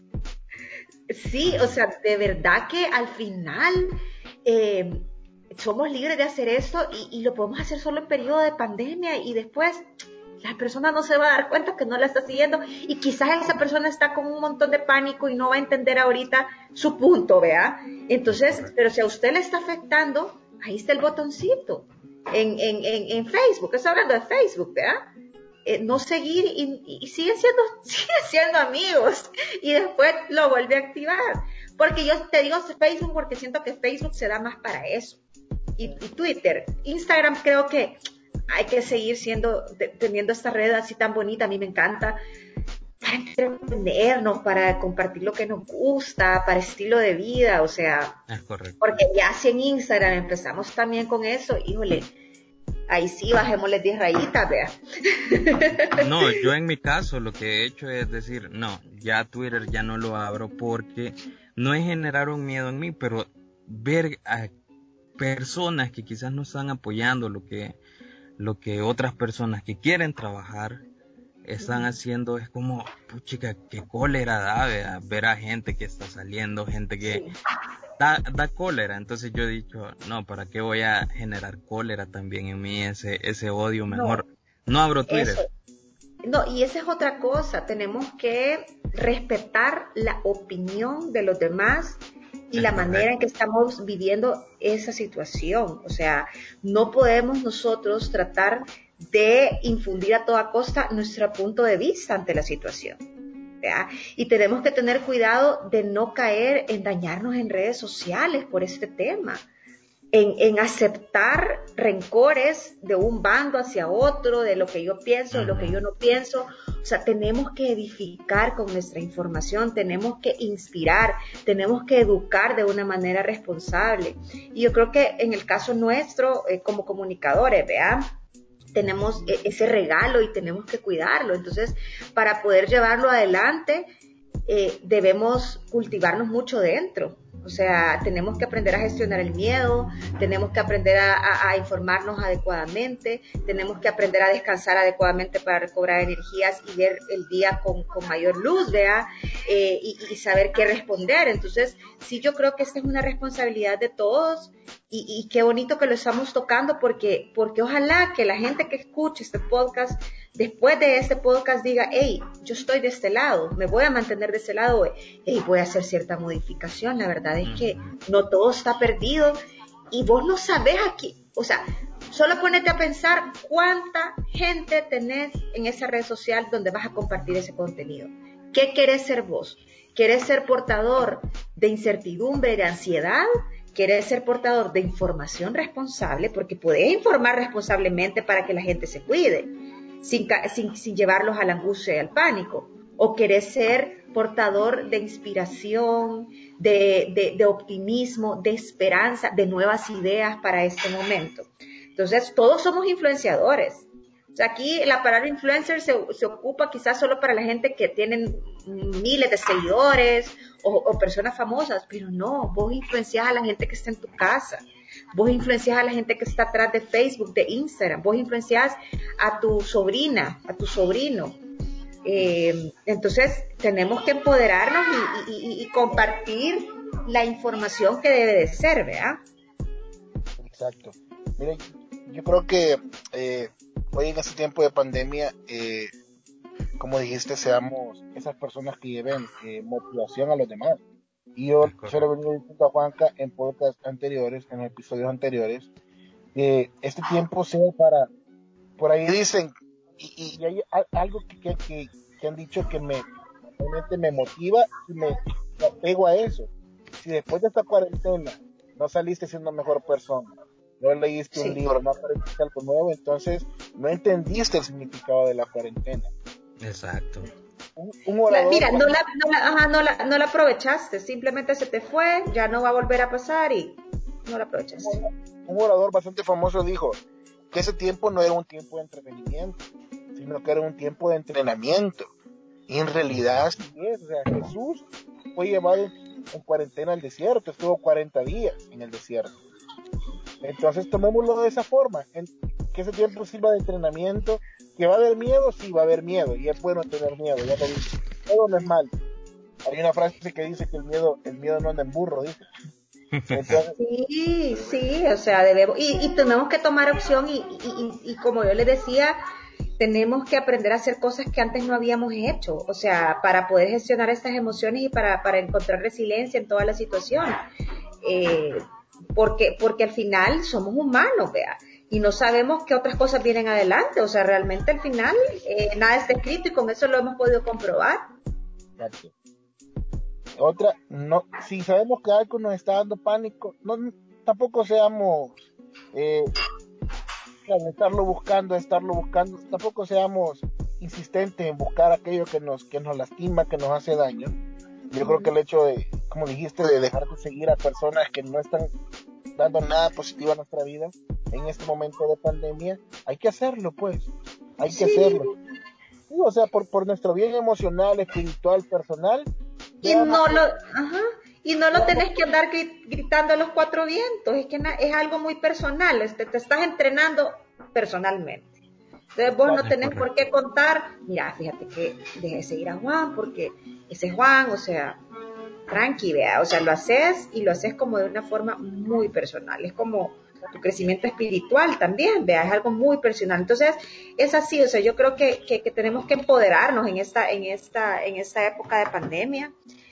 Sí, o sea, de verdad que al final eh, somos libres de hacer esto y, y lo podemos hacer solo en periodo de pandemia y después la persona no se va a dar cuenta que no la está siguiendo y quizás esa persona está con un montón de pánico y no va a entender ahorita su punto, ¿vea? Entonces, pero si a usted le está afectando, ahí está el botoncito en, en, en, en Facebook, estoy hablando de Facebook, ¿vea? Eh, no seguir y, y siguen siendo, siguen siendo amigos y después lo vuelve a activar. Porque yo te digo Facebook porque siento que Facebook se da más para eso. Y, y Twitter, Instagram creo que hay que seguir siendo, de, teniendo esta red así tan bonita, a mí me encanta, para entretenernos, para compartir lo que nos gusta, para estilo de vida, o sea, es correcto. Porque ya si en Instagram empezamos también con eso, híjole, ahí sí bajémosle diez rayitas, vea. No, yo en mi caso lo que he hecho es decir, no, ya Twitter ya no lo abro porque no es generar un miedo en mí, pero ver a personas que quizás no están apoyando lo que lo que otras personas que quieren trabajar están haciendo, es como, puchica, qué cólera da, ¿verdad? Ver a gente que está saliendo, gente que sí. da, da cólera. Entonces yo he dicho, no, ¿para qué voy a generar cólera también en mí, ese, ese odio? Mejor no, no abro Twitter. Eso. No, y esa es otra cosa, tenemos que respetar la opinión de los demás y es la correcto. Manera en que estamos viviendo esa situación. O sea, no podemos nosotros tratar de infundir a toda costa nuestro punto de vista ante la situación, ¿verdad? Y tenemos que tener cuidado de no caer en dañarnos en redes sociales por este tema. En, en aceptar rencores de un bando hacia otro, de lo que yo pienso, de lo que yo no pienso. O sea, tenemos que edificar con nuestra información, tenemos que inspirar, tenemos que educar de una manera responsable. Y yo creo que en el caso nuestro, eh, como comunicadores, ¿vean? Tenemos ese regalo y tenemos que cuidarlo. Entonces, para poder llevarlo adelante, eh, debemos cultivarnos mucho dentro. O sea, tenemos que aprender a gestionar el miedo, tenemos que aprender a, a, a informarnos adecuadamente, tenemos que aprender a descansar adecuadamente para recobrar energías y ver el día con, con mayor luz, ¿vea? Eh, y, y saber qué responder. Entonces, sí, yo creo que esta es una responsabilidad de todos y, y qué bonito que lo estamos tocando porque, porque ojalá que la gente que escuche este podcast, después de este podcast diga, hey, yo estoy de este lado, me voy a mantener de este lado, hey, voy a hacer cierta modificación. La verdad es que no todo está perdido y vos no sabés aquí, o sea, solo ponete a pensar cuánta gente tenés en esa red social donde vas a compartir ese contenido. ¿Qué querés ser vos? ¿Querés ser portador de incertidumbre, de ansiedad? ¿Querés ser portador de información responsable? Porque podés informar responsablemente para que la gente se cuide, sin, sin, sin llevarlos a la angustia y al pánico. ¿O querés ser portador de inspiración, de, de, de optimismo, de esperanza, de nuevas ideas para este momento? Entonces, todos somos influenciadores. O sea, aquí la palabra influencer se, se ocupa quizás solo para la gente que tienen miles de seguidores o, o personas famosas, pero no, vos influenciás a la gente que está en tu casa, vos influenciás a la gente que está atrás de Facebook, de Instagram, vos influenciás a tu sobrina, a tu sobrino. Eh, entonces, tenemos que empoderarnos y, y, y compartir la información que debe de ser, ¿verdad? Exacto. Mire, yo creo que eh, hoy en este tiempo de pandemia, eh, como dijiste, seamos esas personas que lleven eh, motivación a los demás. Y yo se lo venía diciendo a Juanca en podcasts anteriores, en episodios anteriores, que este tiempo sea para, por ahí dicen, y, y hay algo que, que, que, que han dicho que me, realmente me motiva y me, me apego a eso. Si después de esta cuarentena no saliste siendo mejor persona, no leíste sí. un libro, no aprendiste algo nuevo, entonces no entendiste el significado de la cuarentena. Exacto. Un, un orador, Mira, no la, no, la, ajá, no, la, no la aprovechaste, simplemente se te fue, ya no va a volver a pasar y no la aprovechaste. Un orador bastante famoso dijo que ese tiempo no era un tiempo de entretenimiento, sino que era un tiempo de entrenamiento. Y en realidad así es, o sea, Jesús fue llevado en cuarentena al desierto, estuvo cuarenta días en el desierto. Entonces tomémoslo de esa forma, en, que ese tiempo sirva de entrenamiento. ¿Que va a haber miedo? Sí, va a haber miedo, y es bueno tener miedo, ya lo dije. Todo no es malo. Hay una frase que dice que el miedo, el miedo no anda en burro, dice. Entonces, sí, sí, o sea, debemos, y, y tenemos que tomar opción y, y, y, y como yo les decía, tenemos que aprender a hacer cosas que antes no habíamos hecho, o sea, para poder gestionar estas emociones y para, para encontrar resiliencia en toda la situación. Eh, porque, porque al final somos humanos, vea, y no sabemos qué otras cosas vienen adelante, o sea, realmente al final eh, nada está escrito y con eso lo hemos podido comprobar. Exacto. Otra, no, si sabemos que algo nos está dando pánico, no, tampoco seamos eh, estarlo buscando, estarlo buscando, tampoco seamos insistentes en buscar aquello que nos, que nos lastima, que nos hace daño. Yo creo que el hecho de, como dijiste, de dejar de seguir a personas que no están dando nada positivo a nuestra vida en este momento de pandemia, hay que hacerlo, pues, hay que sí. hacerlo. Sí, o sea, por, por nuestro bien emocional, espiritual, personal. Y no lo, ajá, y no lo tenés que andar gritando a los cuatro vientos, es que es algo muy personal, este, te estás entrenando personalmente. Entonces vos no tenés por qué contar, mira, fíjate que dejé de seguir a Juan porque ese Juan, o sea, tranqui, vea, o sea, lo haces y lo haces como de una forma muy personal, es como tu crecimiento espiritual también, vea, es algo muy personal. Entonces, es así, o sea, yo creo que, que, que tenemos que empoderarnos en esta, en esta, en esta época de pandemia,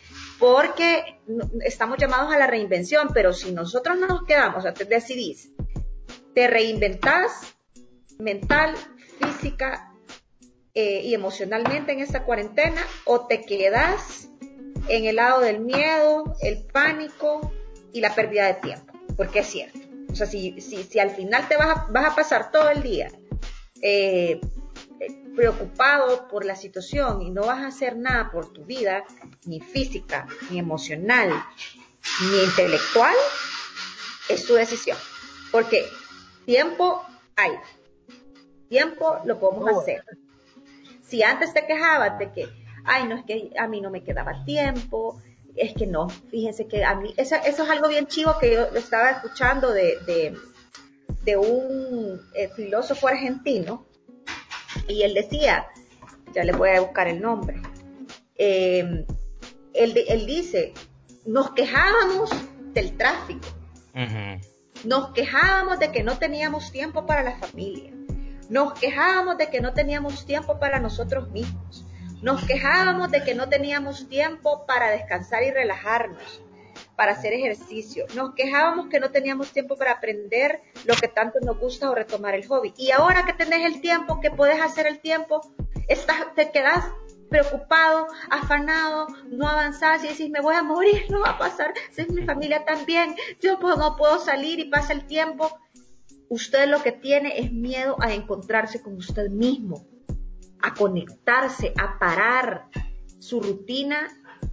porque estamos llamados a la reinvención, pero si nosotros no nos quedamos, o sea, te decidís, te reinventás mental, física eh, y emocionalmente en esta cuarentena, o te quedas en el lado del miedo, el pánico y la pérdida de tiempo, porque es cierto. O sea, si, si, si al final te vas a, vas a pasar todo el día eh, preocupado por la situación y no vas a hacer nada por tu vida, ni física, ni emocional, ni intelectual, es tu decisión. Porque tiempo hay. Tiempo lo podemos hacer. Si antes te quejabas de que, ay, no, es que a mí no me quedaba tiempo, es que no, fíjense que a mí, eso, eso es algo bien chivo que yo estaba escuchando de, de, de un eh, filósofo argentino, y él decía, ya le voy a buscar el nombre, eh, él, él dice, nos quejábamos del tráfico, uh-huh. Nos quejábamos de que no teníamos tiempo para la familia, nos quejábamos de que no teníamos tiempo para nosotros mismos, nos quejábamos de que no teníamos tiempo para descansar y relajarnos, para hacer ejercicio, nos quejábamos que no teníamos tiempo para aprender lo que tanto nos gusta o retomar el hobby. Y ahora que tenés el tiempo, que podés hacer el tiempo, estás, te quedás preocupado, afanado, no avanzás y decís, me voy a morir, no va a pasar, si es mi familia también, yo pues no puedo salir y pasa el tiempo. Usted lo que tiene es miedo a encontrarse con usted mismo, a conectarse, a parar su rutina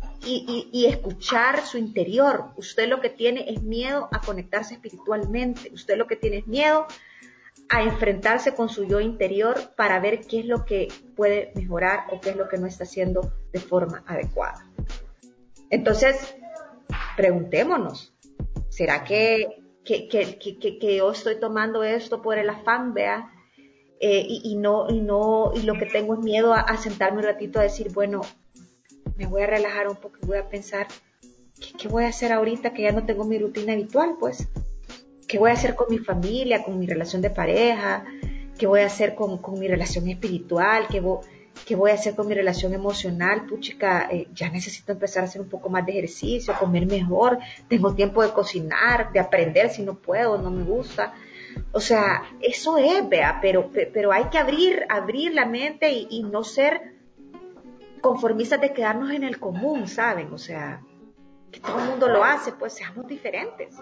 y, y, y escuchar su interior. Usted lo que tiene es miedo a conectarse espiritualmente. Usted lo que tiene es miedo a enfrentarse con su yo interior para ver qué es lo que puede mejorar o qué es lo que no está haciendo de forma adecuada. Entonces, preguntémonos, ¿será que, que, que, que, que yo estoy tomando esto por el afán, vea? Eh, y, y no, y no, y lo que tengo es miedo a, a sentarme un ratito a decir, bueno, me voy a relajar un poco y voy a pensar, ¿qué, qué voy a hacer ahorita que ya no tengo mi rutina habitual, pues? ¿Qué voy a hacer con mi familia, con mi relación de pareja? ¿Qué voy a hacer con, con mi relación espiritual? ¿Qué, vo, ¿Qué voy a hacer con mi relación emocional? Puchica, eh, ya necesito empezar a hacer un poco más de ejercicio, comer mejor, tengo tiempo de cocinar, de aprender si no puedo, no me gusta. O sea, eso es, vea, pero, pero hay que abrir, abrir la mente y, y no ser conformistas de quedarnos en el común, ¿saben? O sea, que todo el mundo lo hace, pues seamos diferentes.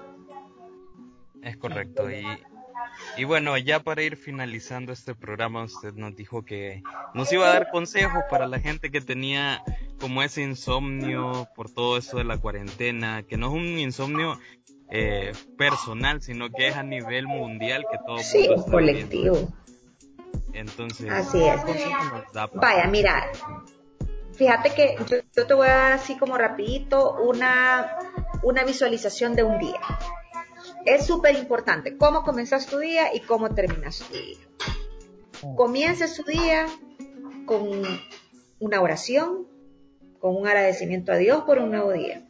Es correcto. Y, y bueno, ya para ir finalizando este programa, usted nos dijo que nos iba a dar consejos para la gente que tenía como ese insomnio por todo eso de la cuarentena, que no es un insomnio eh, personal, sino que es a nivel mundial que todo sí, mundo está colectivo. viviendo. Entonces, así es. Nos da para... Vaya, mira, fíjate que yo, yo te voy a dar así como rapidito una, una visualización de un día. Es súper importante cómo comenzas tu día y cómo terminas tu día. Comienza su día con una oración, con un agradecimiento a Dios por un nuevo día,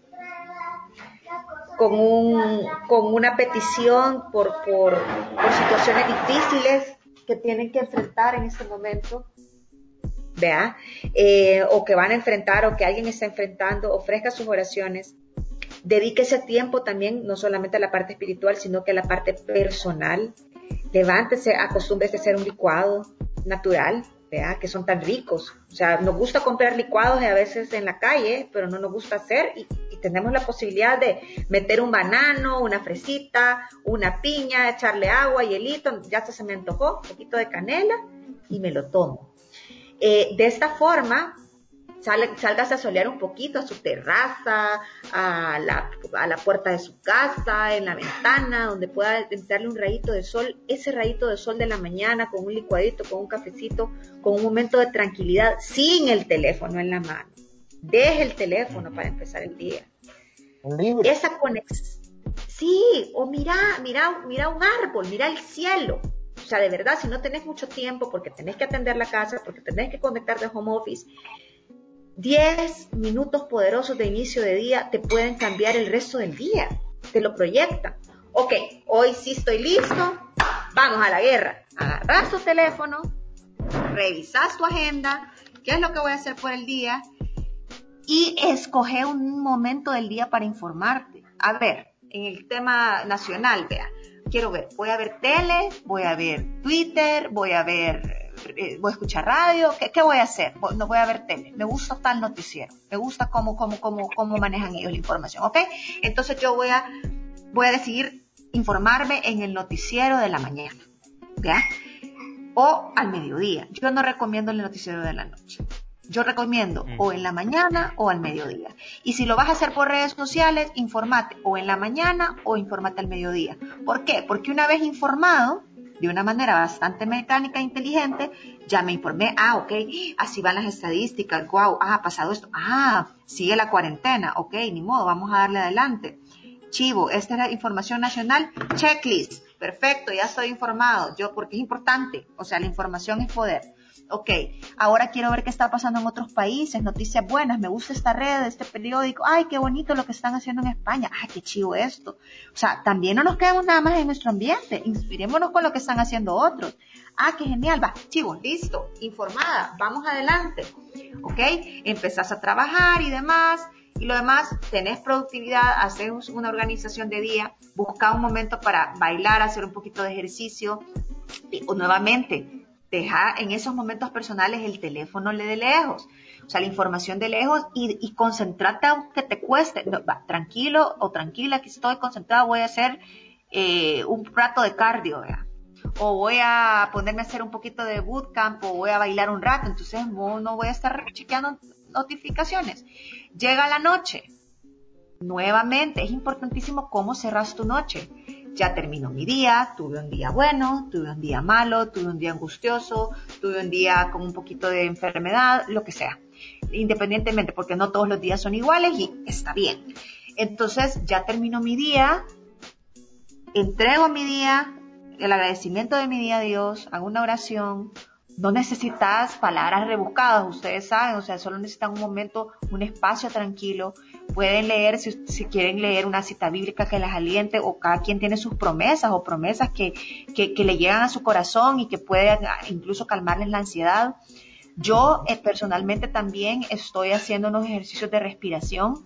con, un, con una petición por, por, por situaciones difíciles que tienen que enfrentar en este momento, ¿vea? Eh, o que van a enfrentar o que alguien está enfrentando. Ofrezca sus oraciones. Dedique ese tiempo también, no solamente a la parte espiritual, sino que a la parte personal. Levántese, acostúmbrese a hacer un licuado natural, ¿verdad? Que son tan ricos. O sea, nos gusta comprar licuados a veces en la calle, pero no nos gusta hacer y, y tenemos la posibilidad de meter un banano, una fresita, una piña, echarle agua, hielito, ya hasta se me antojó, un poquito de canela y me lo tomo. Eh, de esta forma, Sal, salgas a solear un poquito a su terraza, a la, a la puerta de su casa, en la ventana, donde pueda entrarle un rayito de sol, ese rayito de sol de la mañana, con un licuadito, con un cafecito, con un momento de tranquilidad, sin el teléfono en la mano. Deje el teléfono para empezar el día. Un libro. Esa conexión. Sí, o mira, mira, mira un árbol, mira el cielo. O sea, de verdad, si no tenés mucho tiempo, porque tenés que atender la casa, porque tenés que conectar de home office, diez minutos poderosos de inicio de día te pueden cambiar el resto del día, te lo proyectan. Ok, hoy sí estoy listo, vamos a la guerra. Agarrás tu teléfono, revisás tu agenda, qué es lo que voy a hacer por el día y escoge un momento del día para informarte. A ver, en el tema nacional, vea, quiero ver, voy a ver tele, voy a ver Twitter, voy a ver... voy a escuchar radio, ¿qué, qué voy a hacer? No voy a ver tele, me gusta tal noticiero, me gusta cómo, cómo, cómo, cómo manejan ellos la información, ¿ok? Entonces yo voy a, voy a decidir informarme en el noticiero de la mañana, ¿ya? O al mediodía. Yo no recomiendo el noticiero de la noche. Yo recomiendo o en la mañana o al mediodía. Y si lo vas a hacer por redes sociales, informate o en la mañana o informate al mediodía. ¿Por qué? Porque una vez informado, de una manera bastante mecánica e inteligente, ya me informé, ah, ok, así van las estadísticas, wow, ah, ha pasado esto, ah, sigue la cuarentena, ok, ni modo, vamos a darle adelante. Chivo, esta es la información nacional, checklist, perfecto, ya estoy informado, yo, porque es importante, o sea, la información es poder. Ok, ahora quiero ver qué está pasando en otros países, noticias buenas, me gusta esta red, este periódico, ay, qué bonito lo que están haciendo en España, ay, qué chivo esto. O sea, también no nos quedemos nada más en nuestro ambiente, inspirémonos con lo que están haciendo otros. Ah, qué genial, va, chivo, listo, informada, vamos adelante. Ok, empezás a trabajar y demás, y lo demás, tenés productividad, haces una organización de día, busca un momento para bailar, hacer un poquito de ejercicio, y, o nuevamente, deja en esos momentos personales el teléfono de lejos, o sea, la información de lejos y, y concentrate aunque te cueste. No, va, tranquilo o tranquila, aquí estoy concentrada, voy a hacer eh, un rato de cardio, ¿verdad? O voy a ponerme a hacer un poquito de bootcamp o voy a bailar un rato, entonces no, no voy a estar chequeando notificaciones. Llega la noche, nuevamente, es importantísimo cómo cerras tu noche. Ya terminó mi día, tuve un día bueno, tuve un día malo, tuve un día angustioso, tuve un día con un poquito de enfermedad, lo que sea. Independientemente, porque no todos los días son iguales y está bien. Entonces, ya terminó mi día, entrego mi día, el agradecimiento de mi día a Dios, hago una oración. No necesitas palabras rebuscadas, ustedes saben, o sea, solo necesitan un momento, un espacio tranquilo. Pueden leer, si, si quieren leer una cita bíblica que las aliente, o cada quien tiene sus promesas o promesas que, que, que le llegan a su corazón y que pueden incluso calmarles la ansiedad. Yo eh, personalmente también estoy haciendo unos ejercicios de respiración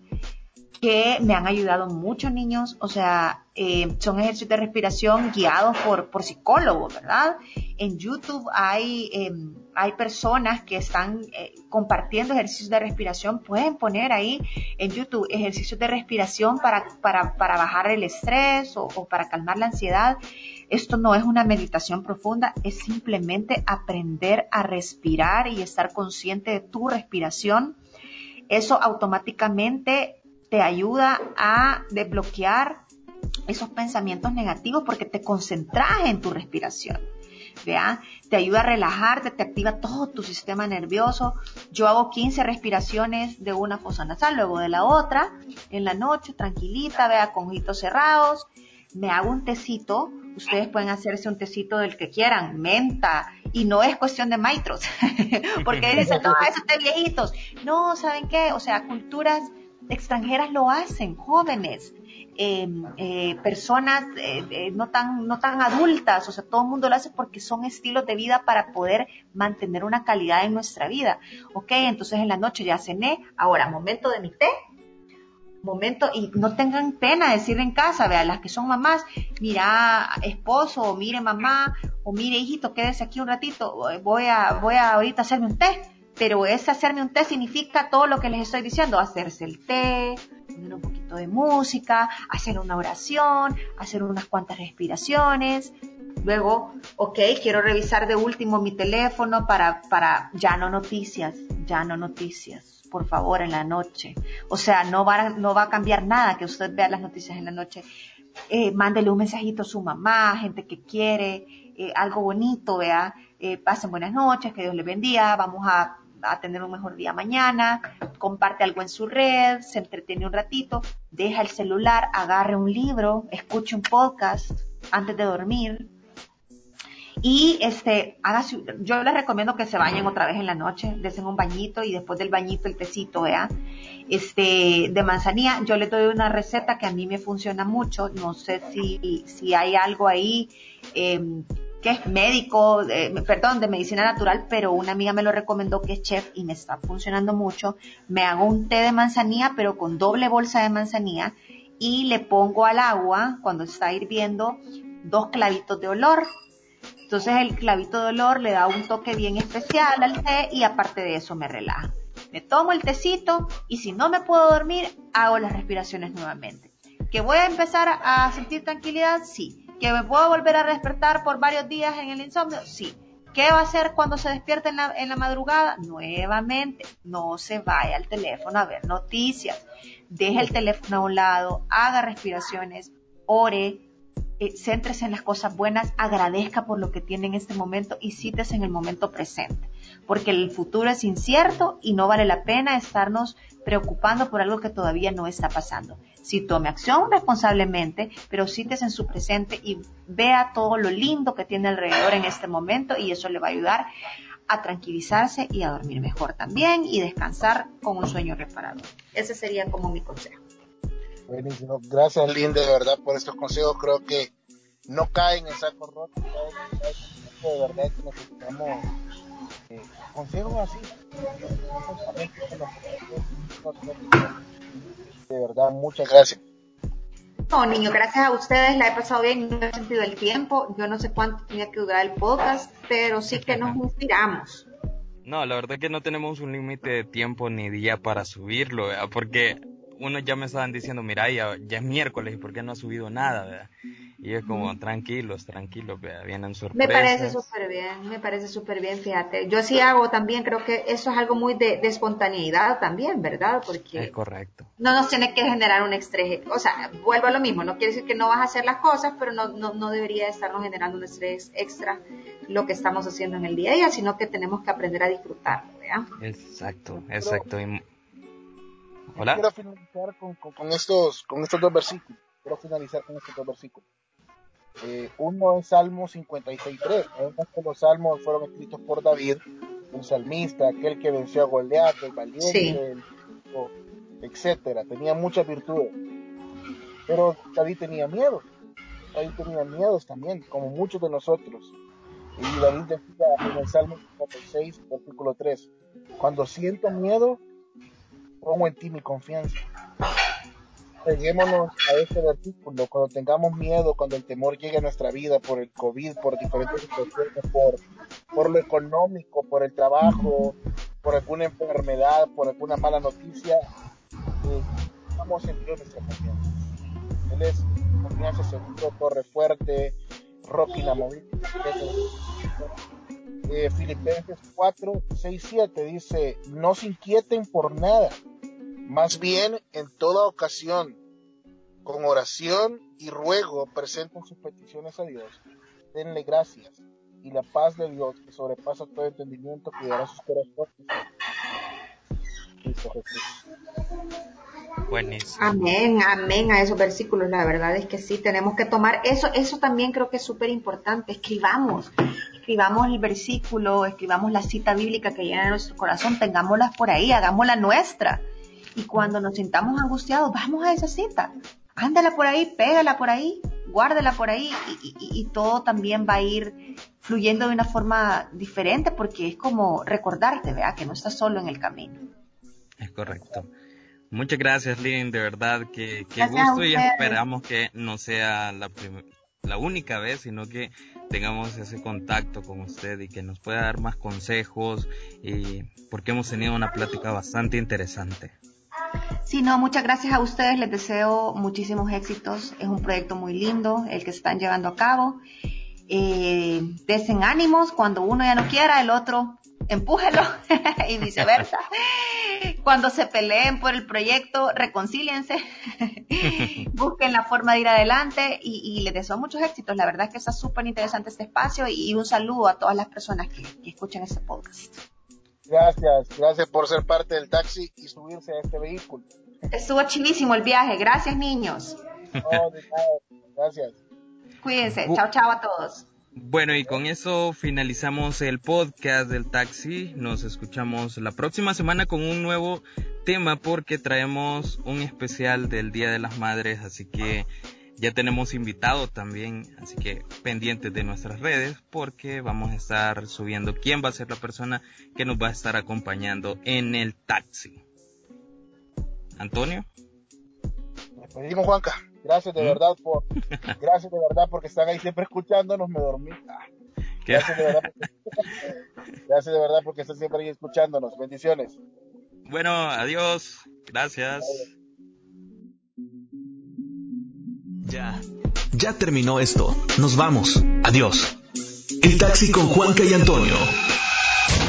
que me han ayudado mucho, niños. O sea, eh, son ejercicios de respiración guiados por, por psicólogos, ¿verdad? En YouTube hay, eh, hay personas que están eh, compartiendo ejercicios de respiración. Pueden poner ahí en YouTube ejercicios de respiración para, para, para bajar el estrés o, o para calmar la ansiedad. Esto no es una meditación profunda, es simplemente aprender a respirar y estar consciente de tu respiración. Eso automáticamente te ayuda a desbloquear esos pensamientos negativos porque te concentras en tu respiración, ¿vea? Te ayuda a relajarte, te activa todo tu sistema nervioso. Yo hago quince respiraciones de una fosa nasal, luego de la otra, en la noche, tranquilita, vea, con ojitos cerrados. Me hago un tecito, ustedes pueden hacerse un tecito del que quieran, menta, y no es cuestión de maitros, porque dicen, no, eso es de viejitos. No, ¿saben qué? O sea, culturas extranjeras lo hacen, jóvenes, eh, eh, personas eh, eh, no tan no tan adultas, o sea, todo el mundo lo hace porque son estilos de vida para poder mantener una calidad en nuestra vida. Ok, entonces en la noche ya cené, ahora momento de mi té, momento, y no tengan pena de decir en casa, vean, las que son mamás, mira esposo, o mire mamá, o mire hijito, quédese aquí un ratito, voy a, voy a ahorita hacerme un té. Pero ese hacerme un té significa todo lo que les estoy diciendo, hacerse el té, poner un poquito de música, hacer una oración, hacer unas cuantas respiraciones. Luego, ok, quiero revisar de último mi teléfono para, para ya no noticias, ya no noticias, por favor, en la noche. O sea, no va, no va a cambiar nada que usted vea las noticias en la noche. Eh, mándele un mensajito a su mamá, gente que quiere, eh, algo bonito, vea, eh, pasen buenas noches, que Dios les bendiga, vamos a a tener un mejor día mañana, comparte algo en su red, se entretiene un ratito, deja el celular, agarre un libro, escuche un podcast antes de dormir y este, haga su, yo les recomiendo que se bañen otra vez en la noche, desen un bañito y después del bañito el tecito, ¿vea? Este, de manzanilla. Yo les doy una receta que a mí me funciona mucho, no sé si, si hay algo ahí, eh, que es médico, eh, perdón, de medicina natural, pero una amiga me lo recomendó que es chef y me está funcionando mucho. Me hago un té de manzanilla, pero con doble bolsa de manzanilla y le pongo al agua, cuando está hirviendo, dos clavitos de olor. Entonces el clavito de olor le da un toque bien especial al té y aparte de eso me relaja. Me tomo el tecito y si no me puedo dormir, hago las respiraciones nuevamente. ¿Que voy a empezar a sentir tranquilidad? Sí. ¿Que me puedo volver a despertar por varios días en el insomnio? Sí. ¿Qué va a hacer cuando se despierte en la, en la madrugada? Nuevamente, no se vaya al teléfono a ver noticias. Deje el teléfono a un lado, haga respiraciones, ore, eh, céntrese en las cosas buenas, agradezca por lo que tiene en este momento y cítese en el momento presente, porque el futuro es incierto y no vale la pena estarnos preocupando por algo que todavía no está pasando. Sí, tome acción responsablemente, pero cítese en su presente y vea todo lo lindo que tiene alrededor en este momento, y eso le va a ayudar a tranquilizarse y a dormir mejor también y descansar con un sueño reparador. Ese sería como mi consejo. Buenísimo. Gracias, Lynn, de verdad, por estos consejos. Creo que no caen en saco roto, de verdad que necesitamos eh, consejos así. De verdad, muchas gracias. No, niño, gracias a ustedes, la he pasado bien, no he sentido el tiempo. Yo no sé cuánto tenía que durar el podcast, pero sí que nos inspiramos. No, la verdad es que no tenemos un límite de tiempo ni día para subirlo, ¿verdad? Porque unos ya me estaban diciendo, mira, ya, ya es miércoles, ¿y por qué no ha subido nada, verdad? Y es como, tranquilos, tranquilos, ¿verdad? Vienen sorpresas. Me parece súper bien, me parece súper bien, fíjate. Yo sí hago también, creo que eso es algo muy de, de espontaneidad también, ¿verdad? Porque es correcto. No nos tiene que generar un estrés, o sea, vuelvo a lo mismo, no quiere decir que no vas a hacer las cosas, pero no, no, no debería estarnos generando un estrés extra lo que estamos haciendo en el día a día, sino que tenemos que aprender a disfrutarlo, ¿verdad? Exacto, exacto. Y... ¿Hola? Quiero finalizar con, con, con, estos, con estos dos versículos. Quiero finalizar con estos dos versículos. Eh, uno es Salmo cincuenta y seis tres. Además que los salmos fueron escritos por David, un salmista, aquel que venció a Goliat, el valiente, Sí. el, etcétera. Tenía muchas virtudes. Pero David tenía miedo. David tenía miedos también, como muchos de nosotros. Y David decía en el Salmo cincuenta y seis, versículo tres, cuando siento miedo, pongo en ti mi confianza. Peguémonos a este versículo cuando tengamos miedo, cuando el temor llegue a nuestra vida por el COVID, por diferentes situaciones, por, por lo económico, por el trabajo, por alguna enfermedad, por alguna mala noticia, eh, vamos en Dios nuestra confianza. Él es confianza seguro, torre fuerte, roca inamovible. Eh, Filipenses cuatro, seis, siete dice, no se inquieten por nada, más bien en toda ocasión, con oración y ruego, presenten sus peticiones a Dios, denle gracias, y la paz de Dios, que sobrepasa todo entendimiento, cuidará sus corazones. Cristo Jesús. Buenísimo. Amén, amén a esos versículos. La verdad es que sí, tenemos que tomar eso. Eso también creo que es súper importante. Escribamos, escribamos el versículo, escribamos la cita bíblica que llena nuestro corazón, tengámoslas por ahí, hagámosla nuestra. Y cuando nos sintamos angustiados, vamos a esa cita. Ándala por ahí, pégala por ahí, guárdala por ahí y, y, y todo también va a ir fluyendo de una forma diferente, porque es como recordarte, ¿verdad? Que no estás solo en el camino. Es correcto. Muchas gracias, Lynn, de verdad que, que Gracias gusto, y esperamos que no sea la, prim- la única vez, sino que tengamos ese contacto con usted y que nos pueda dar más consejos, y porque hemos tenido una plática bastante interesante. Sí, no, muchas gracias a ustedes, les deseo muchísimos éxitos, es un proyecto muy lindo el que se están llevando a cabo. Eh, desen ánimos, cuando uno ya no quiera, el otro empújelo y viceversa. Cuando se peleen por el proyecto, reconcíliense, busquen la forma de ir adelante y, y les deseo muchos éxitos. La verdad es que está súper interesante este espacio, y, y un saludo a todas las personas que, que escuchan este podcast. Gracias, gracias por ser parte del taxi y subirse a este vehículo. Estuvo chivísimo el viaje, gracias niños. Oh, de nada. Gracias. Cuídense, Bu- chao chao a todos. Bueno, y con eso finalizamos el podcast del taxi. Nos escuchamos la próxima semana con un nuevo tema, porque traemos un especial del Día de las Madres, así que ya tenemos invitado también, así que pendientes de nuestras redes, porque vamos a estar subiendo quién va a ser la persona que nos va a estar acompañando en el taxi. Antonio. Despedimos, Juanca. Gracias de ¿Mm? verdad por, gracias de verdad porque están ahí siempre escuchándonos. Me dormí. Ah, gracias de verdad porque, gracias de verdad porque están siempre ahí escuchándonos. Bendiciones. Bueno, adiós. Gracias. Ya, ya terminó esto. Nos vamos. Adiós. El taxi con Juanca y Antonio.